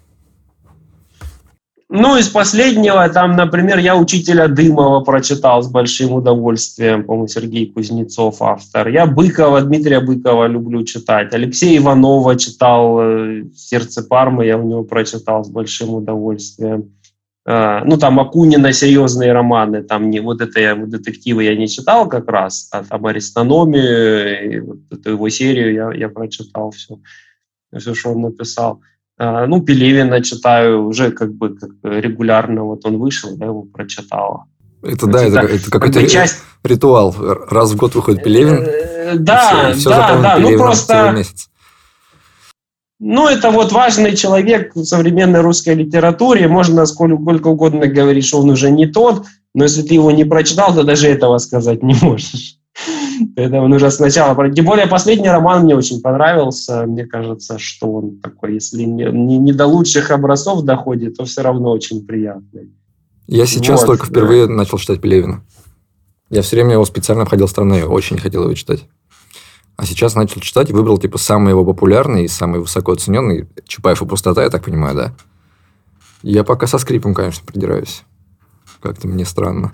Ну, из последнего, там, например, я «Учителя Дымова» прочитал с большим удовольствием, по-моему, Сергей Кузнецов автор. Я Дмитрия Быкова люблю читать. Алексея Иванова читал «Сердце Пармы», я у него прочитал с большим удовольствием. Ну, там Акунина серьезные романы, там не, вот детективы я не читал как раз, а там «Аристономию», вот эту его серию я прочитал все, что он написал. Ну, Пелевина читаю уже как регулярно, вот он вышел, я его прочитал. Это да, это какой-то ритуал. Раз в год выходит Пелевин. Да, ну просто... целый месяц. Ну, это вот важный человек в современной русской литературе. Можно сколько угодно говорить, что он уже не тот, но если ты его не прочитал, то даже этого сказать не можешь. Поэтому нужно сначала... Тем более, последний роман мне очень понравился. Мне кажется, что он такой, если не до лучших образцов доходит, то все равно очень приятный. Я сейчас только впервые начал читать Пелевина. Я все время его специально обходил стороной, очень не хотел его читать. А сейчас начал читать и выбрал типа самый его популярный и самый высоко оцененный. Чапаев и пустота, я так понимаю, да? Я пока со скрипом, конечно, придираюсь. Как-то мне странно.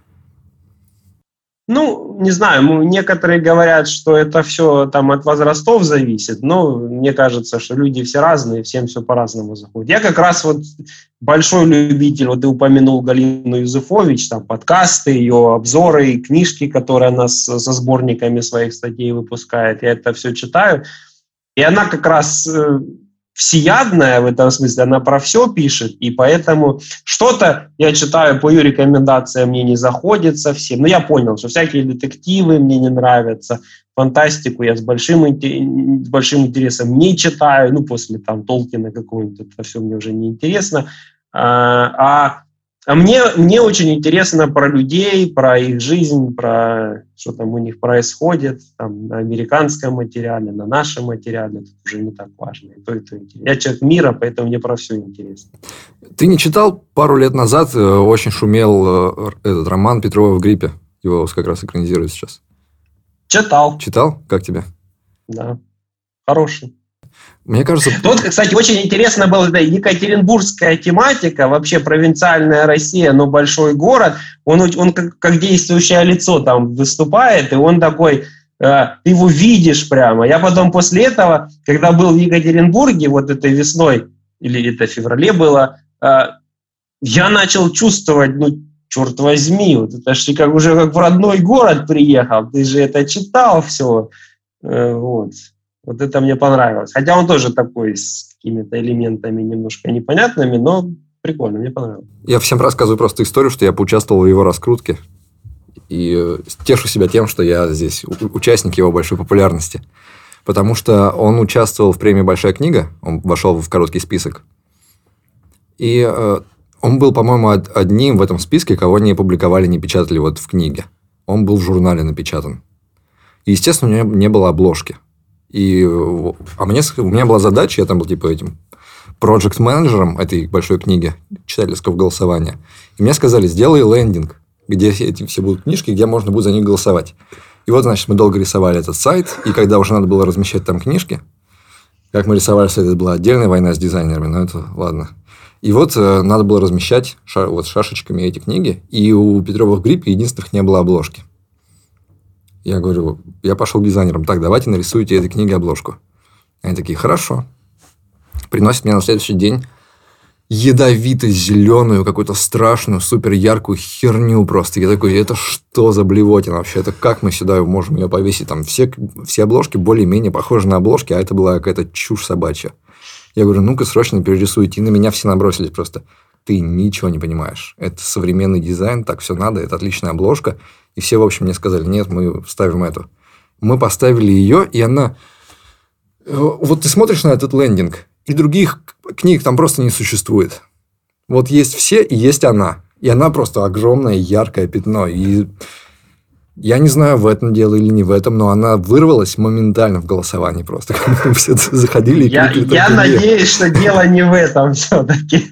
Ну, не знаю, некоторые говорят, что это все там от возрастов зависит, но мне кажется, что люди все разные, всем все по-разному заходит. Я как раз вот большой любитель, вот ты упомянул Галину Юзефович, там подкасты, ее обзоры, книжки, которые она со сборниками своих статей выпускает, я это все читаю, и она как раз... всеядная в этом смысле, она про все пишет, и поэтому что-то я читаю по ее рекомендациям, мне не заходит совсем. Но я понял, что всякие детективы мне не нравятся, фантастику я с большим интересом не читаю, ну, после там Толкина какого-нибудь, это все мне уже не интересно. А мне очень интересно про людей, про их жизнь, про что там у них происходит, там, на американском материале, на нашем материале. Это уже не так важно. И то интересно. Я человек мира, поэтому мне про все интересно. Ты не читал пару лет назад, очень шумел этот роман Петрова в гриппе? Его как раз экранизируют сейчас. Читал. Читал? Как тебе? Да. Хороший. Мне кажется... Тут, кстати, очень интересно была эта екатеринбургская тематика, вообще провинциальная Россия, но большой город, он как действующее лицо там выступает, и он такой, ты его видишь прямо. Я потом после этого, когда был в Екатеринбурге, вот этой весной, или это в феврале было, я начал чувствовать, черт возьми, вот это же уже как в родной город приехал, ты же это читал все, вот. Вот это мне понравилось. Хотя он тоже такой с какими-то элементами немножко непонятными, но прикольно, мне понравилось. Я всем рассказываю просто историю, что я поучаствовал в его раскрутке. И тешу себя тем, что я здесь участник его большой популярности. Потому что он участвовал в премии «Большая книга», он вошел в короткий список. И он был, по-моему, одним в этом списке, кого не публиковали, не печатали вот в книге. Он был в журнале напечатан. И, естественно, у него не было обложки. У меня была задача, я там был типа этим проект-менеджером этой большой книги читательского голосования. И мне сказали, сделай лендинг, где эти все будут книжки, где можно будет за них голосовать. И вот, значит, мы долго рисовали этот сайт, и когда уже надо было размещать там книжки, как мы рисовали сайт, это была отдельная война с дизайнерами, но это ладно. И вот надо было размещать шашечками эти книги, и у Петрова в гриппе единственных не было обложки. Я говорю, я пошел к дизайнерам, так, давайте нарисуйте этой книге обложку. Они такие, хорошо. Приносят мне на следующий день ядовито-зеленую, какую-то страшную, супер яркую херню просто. Я такой, это что за блевотина вообще? Это как мы сюда можем ее повесить? Там все обложки более-менее похожи на обложки, а это была какая-то чушь собачья. Я говорю, ну-ка, срочно перерисуйте. И на меня все набросились просто. Ты ничего не понимаешь. Это современный дизайн, так все надо, это отличная обложка. И все, в общем, мне сказали, нет, мы вставим эту. Мы поставили ее, и она... Вот ты смотришь на этот лендинг, и других книг там просто не существует. Вот есть все, и есть она. И она просто огромное, яркое пятно. И я не знаю, в этом дело или не в этом, но она вырвалась моментально в голосовании просто. Мы все заходили и крикали. Я надеюсь, что дело не в этом все-таки.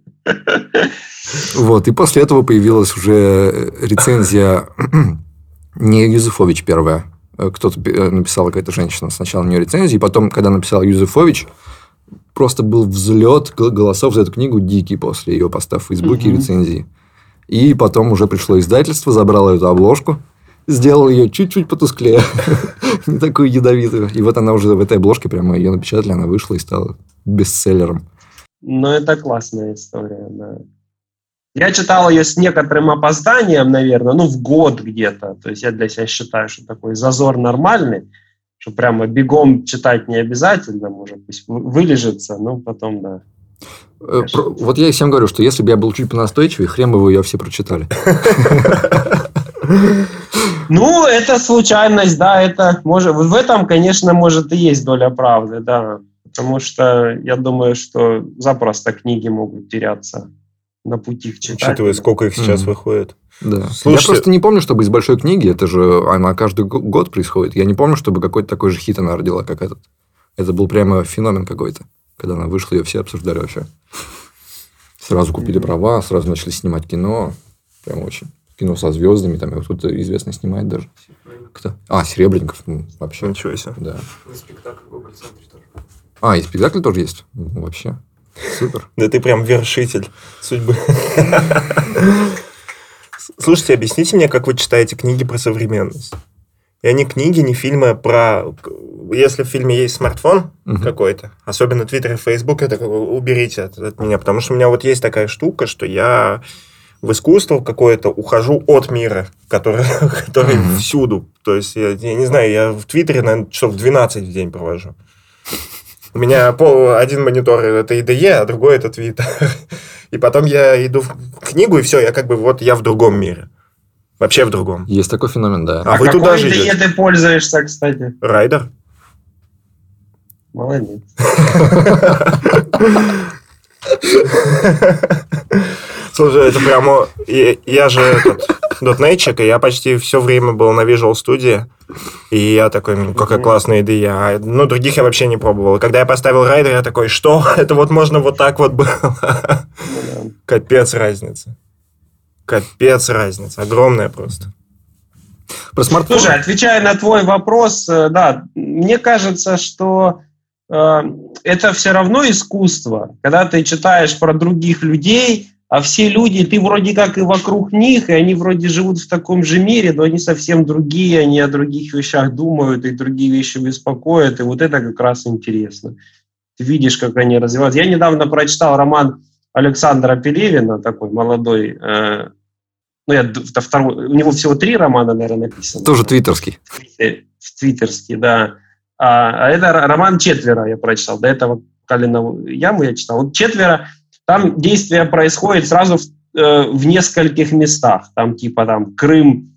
Вот, и после этого появилась уже рецензия Не Юзефович первая. Кто-то написала, какая-то женщина сначала на нее рецензию, и потом, когда написал Юзефович, просто был взлет голосов за эту книгу дикий после ее поста в Фейсбуке и рецензии. И потом уже пришло издательство, забрало эту обложку, сделал ее чуть-чуть потусклее, не такую ядовитую. И вот она уже в этой обложке прямо ее напечатали, она вышла и стала бестселлером. Ну, это классная история, да. Я читал ее с некоторым опозданием, наверное, в год где-то. То есть я для себя считаю, что такой зазор нормальный, что прямо бегом читать не обязательно, может быть, вылежится, но потом, да. Вот я и всем говорю, что если бы я был чуть понастойчивее, хрен бы вы ее все прочитали. Ну, это случайность, да, это может... В этом, конечно, может и есть доля правды, да. Потому что я думаю, что запросто книги могут теряться на пути к читателю. Учитывая, сколько их сейчас выходит. Да. Слушайте... Я просто не помню, чтобы из большой книги, это же она каждый год происходит, я не помню, чтобы какой-то такой же хит она родила, как этот. Это был прямо феномен какой-то. Когда она вышла, ее все обсуждали вообще. Сразу купили права, сразу начали снимать кино. Прям очень. Кино со звездами, там кто-то известный снимает даже. Кто? Серебренников. Вообще. Ничего себе. Да. И спектакль в Гоголь-центре тоже. И спектакль тоже есть? Вообще. Супер. Да ты прям вершитель судьбы. Слушайте, объясните мне, как вы читаете книги про современность. И они книги, не фильмы про... Если в фильме есть смартфон какой-то, особенно Твиттер и Фейсбук, это уберите от меня. Потому что у меня вот есть такая штука, что я в искусство какое-то ухожу от мира, который всюду. То есть, я не знаю, я в Твиттере, наверное, часов 12 в день провожу. У меня один монитор это IDE, а другой это Твиттер. И потом я иду в книгу, и все, я я в другом мире. Вообще в другом. Есть такой феномен, да. А вы туда же идете? Ты пользуешься, кстати? Райдер. Молодец. Слушай, это прямо... Я же дотнетчик, и я почти все время был на Visual Studio. И я такой, какая классная идея. Других я вообще не пробовал. И когда я поставил Райдер, я такой, что? Это можно вот так вот было? Капец разница. Капец разница. Огромная просто. Про смартфон. Слушай, отвечая на твой вопрос, да, мне кажется, что это все равно искусство. Когда ты читаешь про других людей, а все люди, ты вроде как и вокруг них, и они вроде живут в таком же мире, но они совсем другие, они о других вещах думают, и другие вещи беспокоят, и вот это как раз интересно. Ты видишь, как они развиваются. Я недавно прочитал роман Александра Пелевина, такой молодой, у него всего 3 романа, наверное, написано. Тоже твиттерский. Твиттерский, да. А это роман «Четверо» я прочитал. До этого «Калинову яму» я читал. Вот «Четверо», там действие происходит сразу в нескольких местах. Там Крым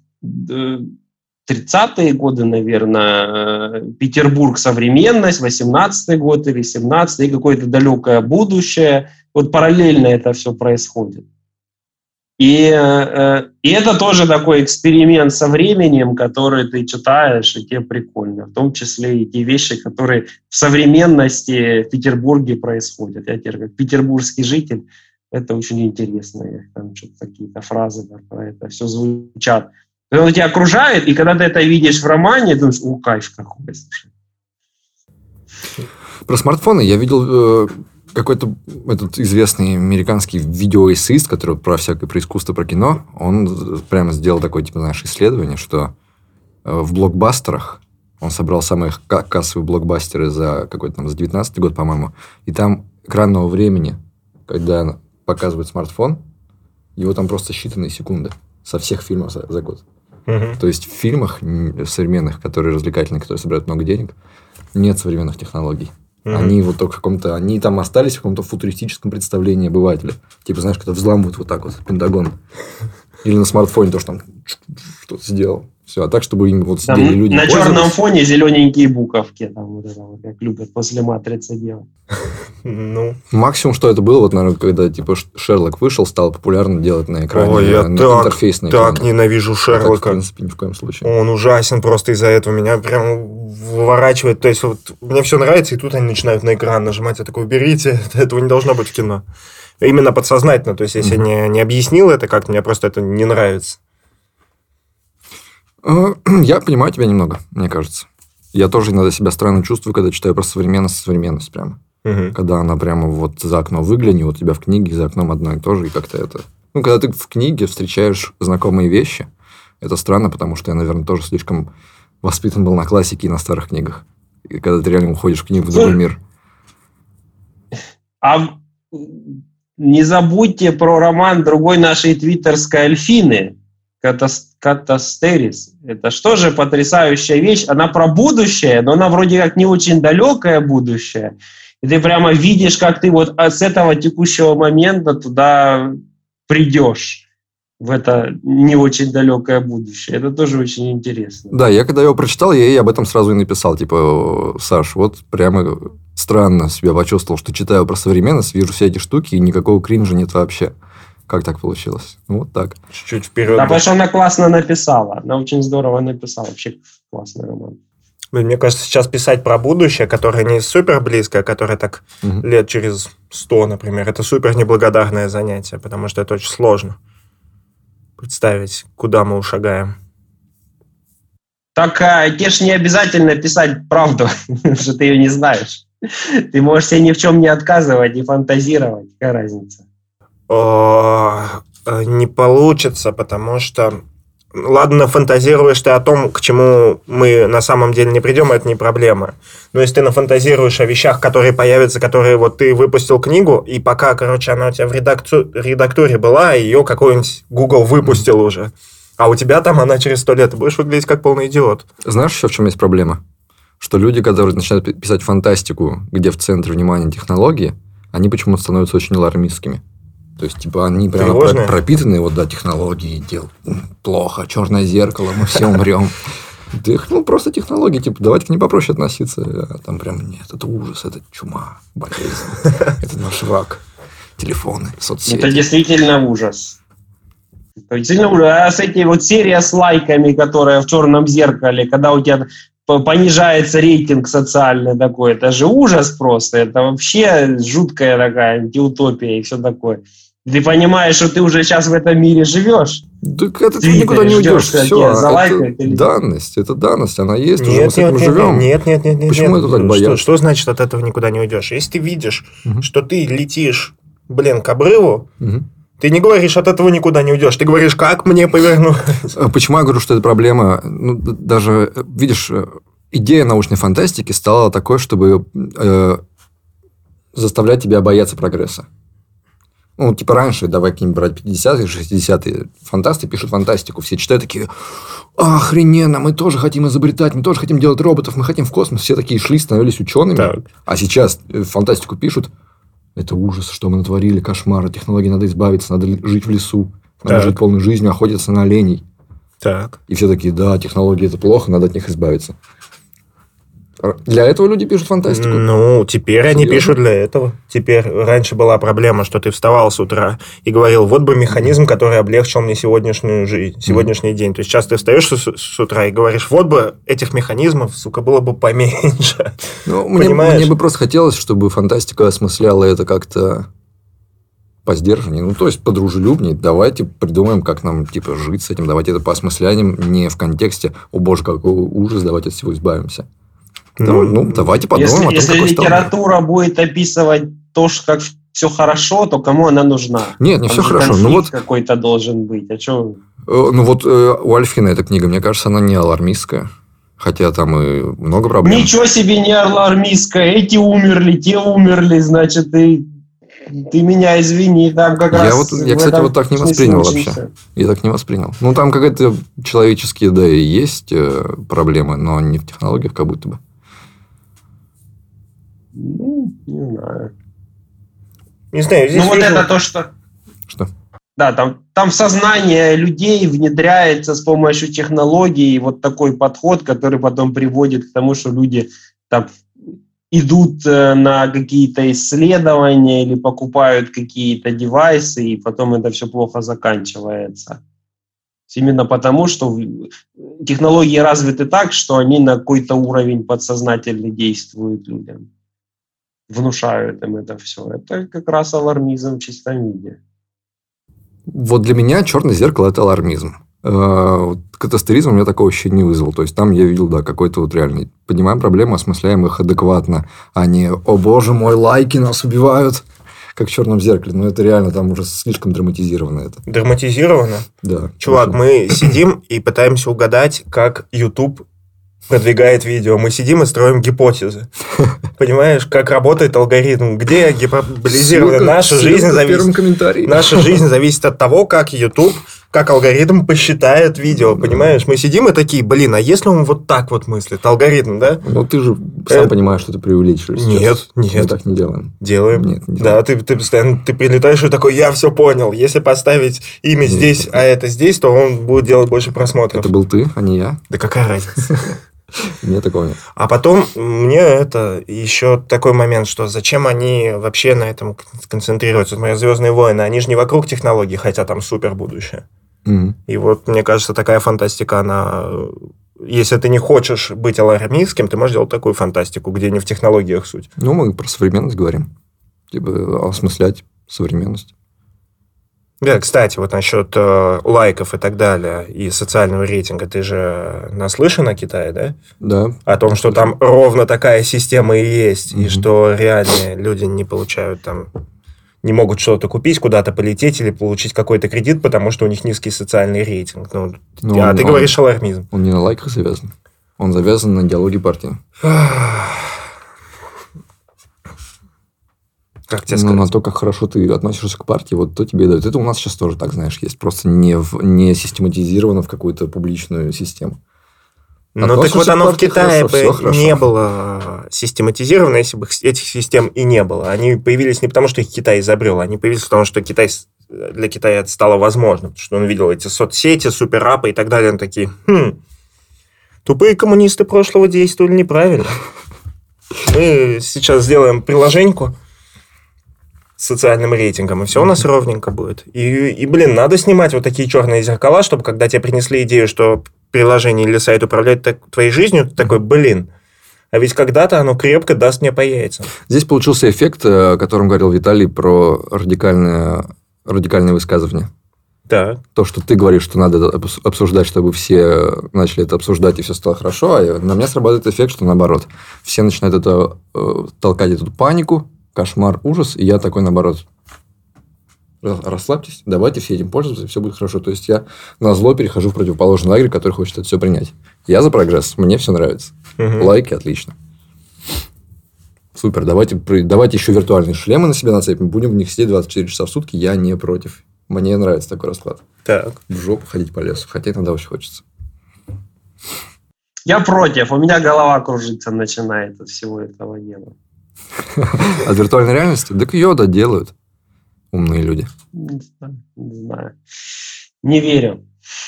30-е годы, наверное, Петербург современность, 18-й год или 17-й, и какое-то далекое будущее. Вот параллельно это все происходит. И это тоже такой эксперимент со временем, который ты читаешь, и тебе прикольно. В том числе и те вещи, которые в современности в Петербурге происходят. Я теперь как петербургский житель, это очень интересно. Там что-то какие-то фразы про это все звучат. Он тебя окружает, и когда ты это видишь в романе, думаешь, кайф какой. Про смартфоны я видел... Какой-то этот известный американский видеоэссеист, который про всякое, про искусство, про кино, он прямо сделал такое, исследование, что в блокбастерах, он собрал самые кассовые блокбастеры за какой-то за 19-й год, по-моему, и там экранного времени, когда показывают смартфон, его там просто считанные секунды со всех фильмов за год. То есть в фильмах современных, которые развлекательные, которые собирают много денег, нет современных технологий. Они вот только в каком-то... Они там остались в каком-то футуристическом представлении обывателя. Знаешь, когда взламывают вот так вот Пентагон. Или на смартфоне тоже там что-то сделал. Все. А так, чтобы им вот сидели люди... На черном фоне зелененькие буковки. Там как любят после «Матрицы» делать. Максимум, что это было, наверное, когда Шерлок вышел, стал популярно делать на экране. Ой, я интерфейсный экран. Так ненавижу Шерлока. В принципе, ни в коем случае. Он ужасен просто из-за этого. Меня прям выворачивает. То есть, мне все нравится, и тут они начинают на экран нажимать. Я такой, уберите. Этого не должно быть в кино. Именно подсознательно. То есть, если я не объяснил это как-то, мне просто это не нравится. Я понимаю тебя немного, мне кажется. Я тоже иногда себя странно чувствую, когда читаю про современность прямо. Угу. Когда она прямо вот за окно выгляни, вот у тебя в книге за окном одно и то же, и как-то это... Ну, когда ты в книге встречаешь знакомые вещи, это странно, потому что я, наверное, тоже слишком воспитан был на классике и на старых книгах. И когда ты реально уходишь в книгу в другой мир. А не забудьте про роман другой нашей твиттерской Альфины «Катастерис». Это что же потрясающая вещь. Она про будущее, но она вроде как не очень далекое будущее. И ты прямо видишь, как ты вот с этого текущего момента туда придешь, в это не очень далекое будущее. Это тоже очень интересно. Да, я когда его прочитал, я ей об этом сразу и написал. Типа, Саш, вот прямо странно себя почувствовал, что читаю про современность, вижу все эти штуки, и никакого кринжа нет вообще. Как так получилось? Ну, вот так. Чуть-чуть вперед. Да, потому что она классно написала. Она очень здорово написала. Вообще классный роман. Мне кажется, сейчас писать про будущее, которое не супер близко, а которое так лет через 100, например, это супер неблагодарное занятие, потому что это очень сложно представить, куда мы ушагаем. Так тебе ж не обязательно писать правду, что ты ее не знаешь. Ты можешь себе ни в чем не отказывать и фантазировать. Какая разница? Не получится, потому что... Ладно, фантазируешь ты о том, к чему мы на самом деле не придем, это не проблема. Но если ты нафантазируешь о вещах, которые появятся, которые вот ты выпустил книгу, и пока, короче, она у тебя в редактуре была, ее какой-нибудь Google выпустил уже, а у тебя там она через 100 лет, ты будешь выглядеть как полный идиот. Знаешь еще в чем есть проблема? Что люди, которые начинают писать фантастику, где в центре внимания технологии, они почему-то становятся очень алармистскими. То есть, типа, они прямо пропитанные, вот, да, технологии, дел. Плохо, черное зеркало, мы все умрем. Ну, просто технологии, типа, давайте к ним попроще относиться. А там прям нет, это ужас, это чума, болезнь, это наш враг. Телефоны, соцсети. Это действительно ужас. Это действительно ужас. А с этой вот серия с лайками, которая в черном зеркале, когда у тебя понижается рейтинг социальный такой, это же ужас просто. Это вообще жуткая такая антиутопия и все такое. Ты понимаешь, что ты уже сейчас в этом мире живешь? Так это ты никуда не уйдешь. Все, это данность, она есть, уже мы с этим живем. Нет. Почему это так боятся? Что значит от этого никуда не уйдешь? Если ты видишь, что ты летишь, к обрыву, ты не говоришь, от этого никуда не уйдешь. Ты говоришь, как мне повернуть? Почему я говорю, что это проблема? Ну, даже, видишь, идея научной фантастики стала такой, чтобы заставлять тебя бояться прогресса. Ну, типа раньше, давай какие-нибудь брать 50-е, 60-е, фантасты пишут фантастику, все читают такие, охрененно, мы тоже хотим изобретать, мы тоже хотим делать роботов, мы хотим в космос. Все такие шли, становились учеными. Так. А сейчас фантастику пишут, это ужас, что мы натворили, кошмар, от технологий надо избавиться, надо жить в лесу, надо жить полной жизнью, охотиться на оленей. Так. И все такие, да, технологии это плохо, надо от них избавиться. Для этого люди пишут фантастику. Ну, теперь они пишут для этого. Теперь раньше была проблема, что ты вставал с утра и говорил, вот бы механизм, который облегчил мне сегодняшнюю жизнь, сегодняшний день. То есть сейчас ты встаешь с утра и говоришь, вот бы этих механизмов, сука, было бы поменьше. Ну, мне бы просто хотелось, чтобы фантастика осмысляла это как-то по-сдержаннее, ну, то есть подружелюбнее. Давайте придумаем, как нам, типа, жить с этим. Давайте это поосмысляем не в контексте, о боже, какой ужас, давайте от всего избавимся. Давайте подумаем о том, если литература будет описывать то, как все хорошо, то кому она нужна? Нет, не все хорошо. Конфликт какой-то должен быть. А что? Ну, вот у Альфина эта книга, мне кажется, она не алармистская. Хотя там и много проблем. Ничего себе не алармистская. Эти умерли, те умерли, значит, ты меня извини. Там как раз я, кстати, вот так не воспринял вообще. Я так не воспринял. Ну, там какие-то человеческие, да, и есть проблемы, но не в технологиях как будто бы. Ну, не знаю. Не знаю, здесь вот это то, что... Что? Да, там в сознание людей внедряется с помощью технологий вот такой подход, который потом приводит к тому, что люди там идут на какие-то исследования или покупают какие-то девайсы, и потом это все плохо заканчивается. Именно потому, что технологии развиты так, что они на какой-то уровень подсознательный действуют людям. Внушают им это все. Это как раз алармизм в чистом виде. Вот для меня черное зеркало – это алармизм. Катастеризм у меня такого вообще не вызвал. То есть, там я видел, да, какой-то вот реальный. Поднимаем проблемы, осмысляем их адекватно, а не «О, боже мой, лайки нас убивают», как в «Черном зеркале». Но это реально там уже слишком драматизировано это. Драматизировано? Да. Чувак, мы сидим и пытаемся угадать, как YouTube продвигает видео. Мы сидим и строим гипотезы. Понимаешь, как работает алгоритм, где гиперболизирована наша жизнь зависит. Наша жизнь зависит от того, как YouTube, как алгоритм посчитает видео. Понимаешь, мы сидим и такие, блин, а если он вот так вот мыслит, алгоритм, да? Ну, ты же сам понимаешь, что ты преувеличиваешь. Нет. Мы так не делаем. Делаем. Нет, не да, ты постоянно прилетаешь и такой, я все понял. Если поставить имя здесь, а это здесь, то он будет делать больше просмотров. Это был ты, а не я. Да какая разница? Нет такого нет. А потом мне это еще такой момент, что зачем они вообще на этом концентрируются. Например, «Звездные войны», они же не вокруг технологий, хотя там супер будущее. И вот, мне кажется, такая фантастика, она... Если ты не хочешь быть алармистским, ты можешь делать такую фантастику, где не в технологиях суть. Ну, мы про современность говорим. Типа, осмыслять современность. Да, кстати, вот насчет лайков и так далее, и социального рейтинга, ты же наслышан о Китае, да? Да. О том, что там ровно такая система и есть, и что реальные люди не получают там, не могут что-то купить, куда-то полететь или получить какой-то кредит, потому что у них низкий социальный рейтинг. Ты говоришь алармизм. Он не на лайках завязан. Он завязан на идеологии партии. Как тебе сказать? На то, как хорошо ты относишься к партии, вот то тебе и дают. Это у нас сейчас тоже так, знаешь, есть. Просто не систематизировано в какую-то публичную систему. Ну, так вот оно в Китае бы не было систематизировано, если бы этих систем и не было. Они появились не потому, что их Китай изобрел, они появились потому, что для Китая это стало возможным. Потому что он видел эти соцсети, суперапы и так далее. Он такие, тупые коммунисты прошлого действовали неправильно. Мы сейчас сделаем приложеньку с социальным рейтингом, и все у нас ровненько будет. И, надо снимать вот такие черные зеркала, чтобы когда тебе принесли идею, что приложение или сайт управляет твоей жизнью, ты такой, а ведь когда-то оно крепко даст мне по яйцам. Здесь получился эффект, о котором говорил Виталий, про радикальное высказывание. Да. То, что ты говоришь, что надо обсуждать, чтобы все начали это обсуждать, и все стало хорошо, а на меня срабатывает эффект, что наоборот. Все начинают толкать эту панику, кошмар, ужас, и я такой, наоборот, расслабьтесь, давайте все этим пользоваться, и все будет хорошо. То есть, я назло перехожу в противоположный лагерь, который хочет это все принять. Я за прогресс, мне все нравится. Лайки, отлично. Супер, давайте еще виртуальные шлемы на себя нацепим, будем в них сидеть 24 часа в сутки, я не против. Мне нравится такой расклад. Так. В жопу ходить по лесу, хотя иногда очень хочется. Я против, у меня голова кружиться начинает от всего этого дела. От виртуальной реальности? Так ее делают умные люди. Не знаю. Не верю.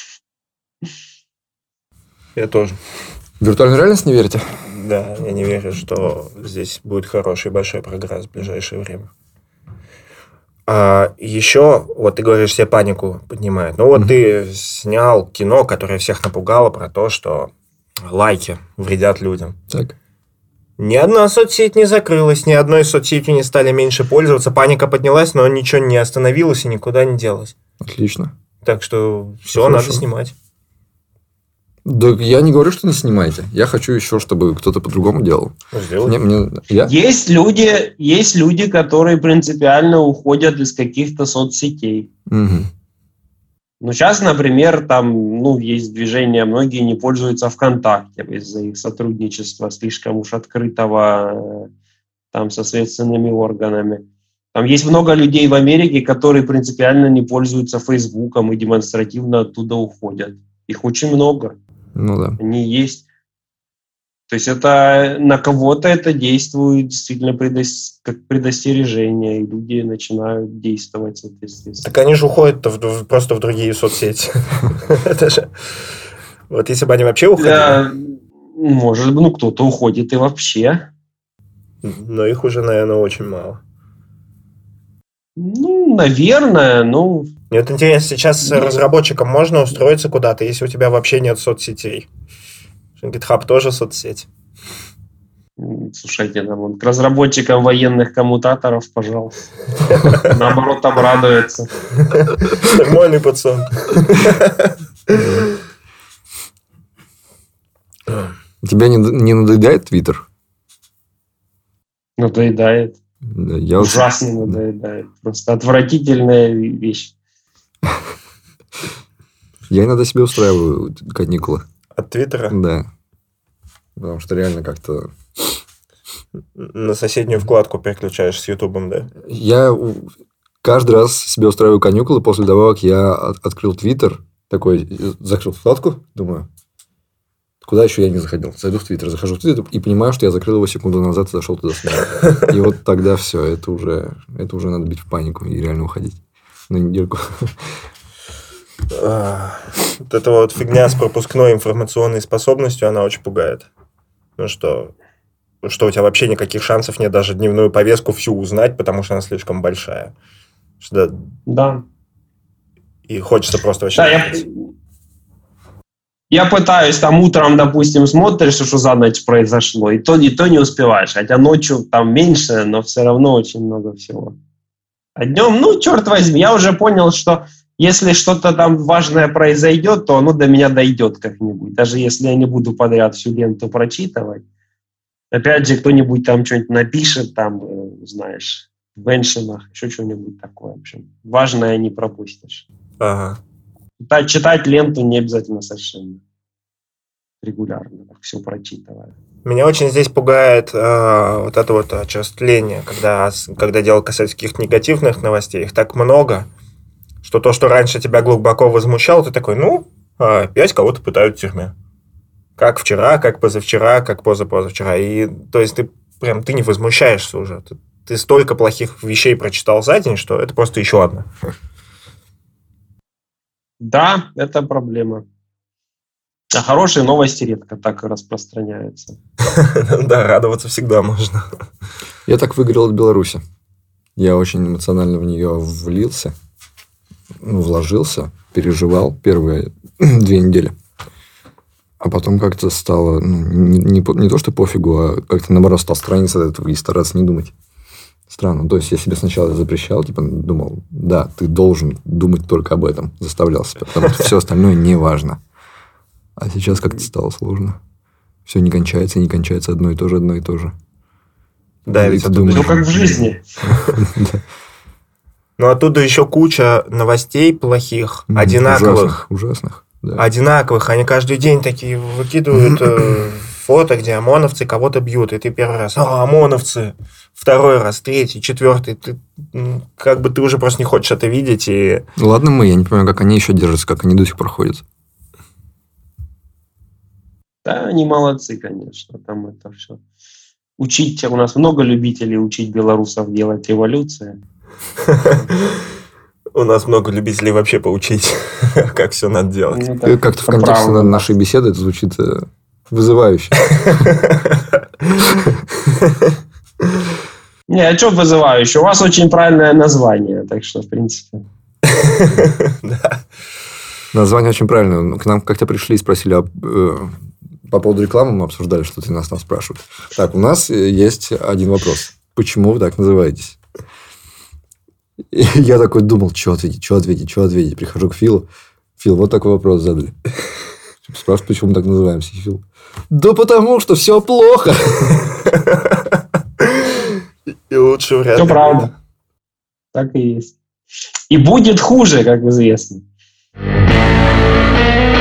Я тоже. В виртуальную реальность не верите? Да, я не верю, что здесь будет хороший большой прогресс в ближайшее время. А еще, вот ты говоришь, все панику поднимают. Ну, вот ты снял кино, которое всех напугало про то, что лайки вредят людям. Так. Ни одна соцсеть не закрылась, ни одной соцсетью не стали меньше пользоваться. Паника поднялась, но ничего не остановилось и никуда не делось. Отлично. Так что все надо снимать. Да я не говорю, что не снимайте. Я хочу еще, чтобы кто-то по-другому делал. Есть люди, которые принципиально уходят из каких-то соцсетей. Ну, сейчас, например, там, есть движение, многие не пользуются ВКонтакте из-за их сотрудничества слишком уж открытого там со следственными органами. Там есть много людей в Америке, которые принципиально не пользуются Фейсбуком и демонстративно оттуда уходят. Их очень много. Ну да. Они есть. То есть это на кого-то это действует действительно как предостережение, и люди начинают действовать соответственно. Так они же уходят просто в другие соцсети. Это же... Вот если бы они вообще уходили... Может быть, кто-то уходит и вообще. Но их уже, наверное, очень мало. Наверное, Мне вот интересно, сейчас разработчикам можно устроиться куда-то, если у тебя вообще нет соцсетей? GitHub тоже соцсеть. Слушайте, к разработчикам военных коммутаторов, пожалуйста. Наоборот, там радуются. Нормальный пацан. Тебя не надоедает Твиттер? Надоедает. Да, Ужасно надоедает. Просто отвратительная вещь. Я иногда себе устраиваю каникулы. От Твиттера? Да. Потому что реально как-то... На соседнюю вкладку переключаешь с Ютубом, да? Я каждый раз себе устраиваю каникулы после того, как я открыл Твиттер. Такой, закрыл вкладку, думаю, куда еще я не заходил? Зайду в Твиттер, захожу в Твиттер и понимаю, что я закрыл его секунду назад и зашел туда снова. И вот тогда все, это уже надо бить в панику и реально уходить на недельку. Вот эта вот фигня с пропускной информационной способностью, она очень пугает. Ну что у тебя вообще никаких шансов нет даже дневную повестку всю узнать, потому что она слишком большая. Да. И хочется просто вообще... Да, я пытаюсь, там утром, допустим, смотришь, что за ночь произошло, и то не успеваешь. Хотя ночью там меньше, но все равно очень много всего. А днем, черт возьми, я уже понял, что если что-то там важное произойдет, то оно до меня дойдет как-нибудь. Даже если я не буду подряд всю ленту прочитывать. Опять же, кто-нибудь там что-нибудь напишет, там, знаешь, в меншинах, еще что-нибудь такое. В общем, важное не пропустишь. Ага. Читать ленту не обязательно совершенно регулярно, так все прочитывая. Меня очень здесь пугает вот это вот очерствление, когда дело касается каких-то негативных новостей, их так много, что то, что раньше тебя глубоко возмущало, ты такой, опять кого-то пытают в тюрьме. Как вчера, как позавчера, как позапозавчера. И то есть ты не возмущаешься уже. Ты столько плохих вещей прочитал за день, что это просто еще одна. Да, это проблема. А хорошие новости редко так распространяются. Да, радоваться всегда можно. Я так выиграл от Беларуси. Я очень эмоционально в нее влился, вложился, переживал первые 2 недели. А потом как-то стало, не то, что пофигу, а как-то, наоборот, стал сторониться от этого и стараться не думать. Странно. То есть, я себе сначала запрещал, думал, да, ты должен думать только об этом. Заставлял себя, потому что все остальное не важно. А сейчас как-то стало сложно. Все не кончается, и не кончается одно и то же. Да, ведь это думаешь... как в жизни. Но оттуда еще куча новостей плохих, одинаковых. Ужасных. Да. Одинаковых. Они каждый день такие выкидывают фото, где ОМОНовцы кого-то бьют. И ты первый раз, ОМОНовцы. Второй раз, третий, четвертый. Ты уже просто не хочешь это видеть. И... Ладно, я не понимаю, как они еще держатся, как они до сих пор ходят. Да, они молодцы, конечно. Там это все. Учить, у нас много любителей учить белорусов делать революцию. У нас много любителей вообще поучить, как все надо делать. Как-то в контексте нашей беседы это звучит вызывающе. Не, а что вызывающе? У вас очень правильное название, так что, в принципе. Да. Название очень правильное. К нам как-то пришли и спросили по поводу рекламы, мы обсуждали, что ты нас там спрашивают. Так, у нас есть один вопрос. Почему вы так называетесь? И я такой думал, что ответить. Прихожу к Филу. Фил, вот такой вопрос задали. Спрашивают, почему мы так называемся. Фил. Да потому что все плохо. И лучше вряд ли. Все правда. Так и есть. И будет хуже, как известно.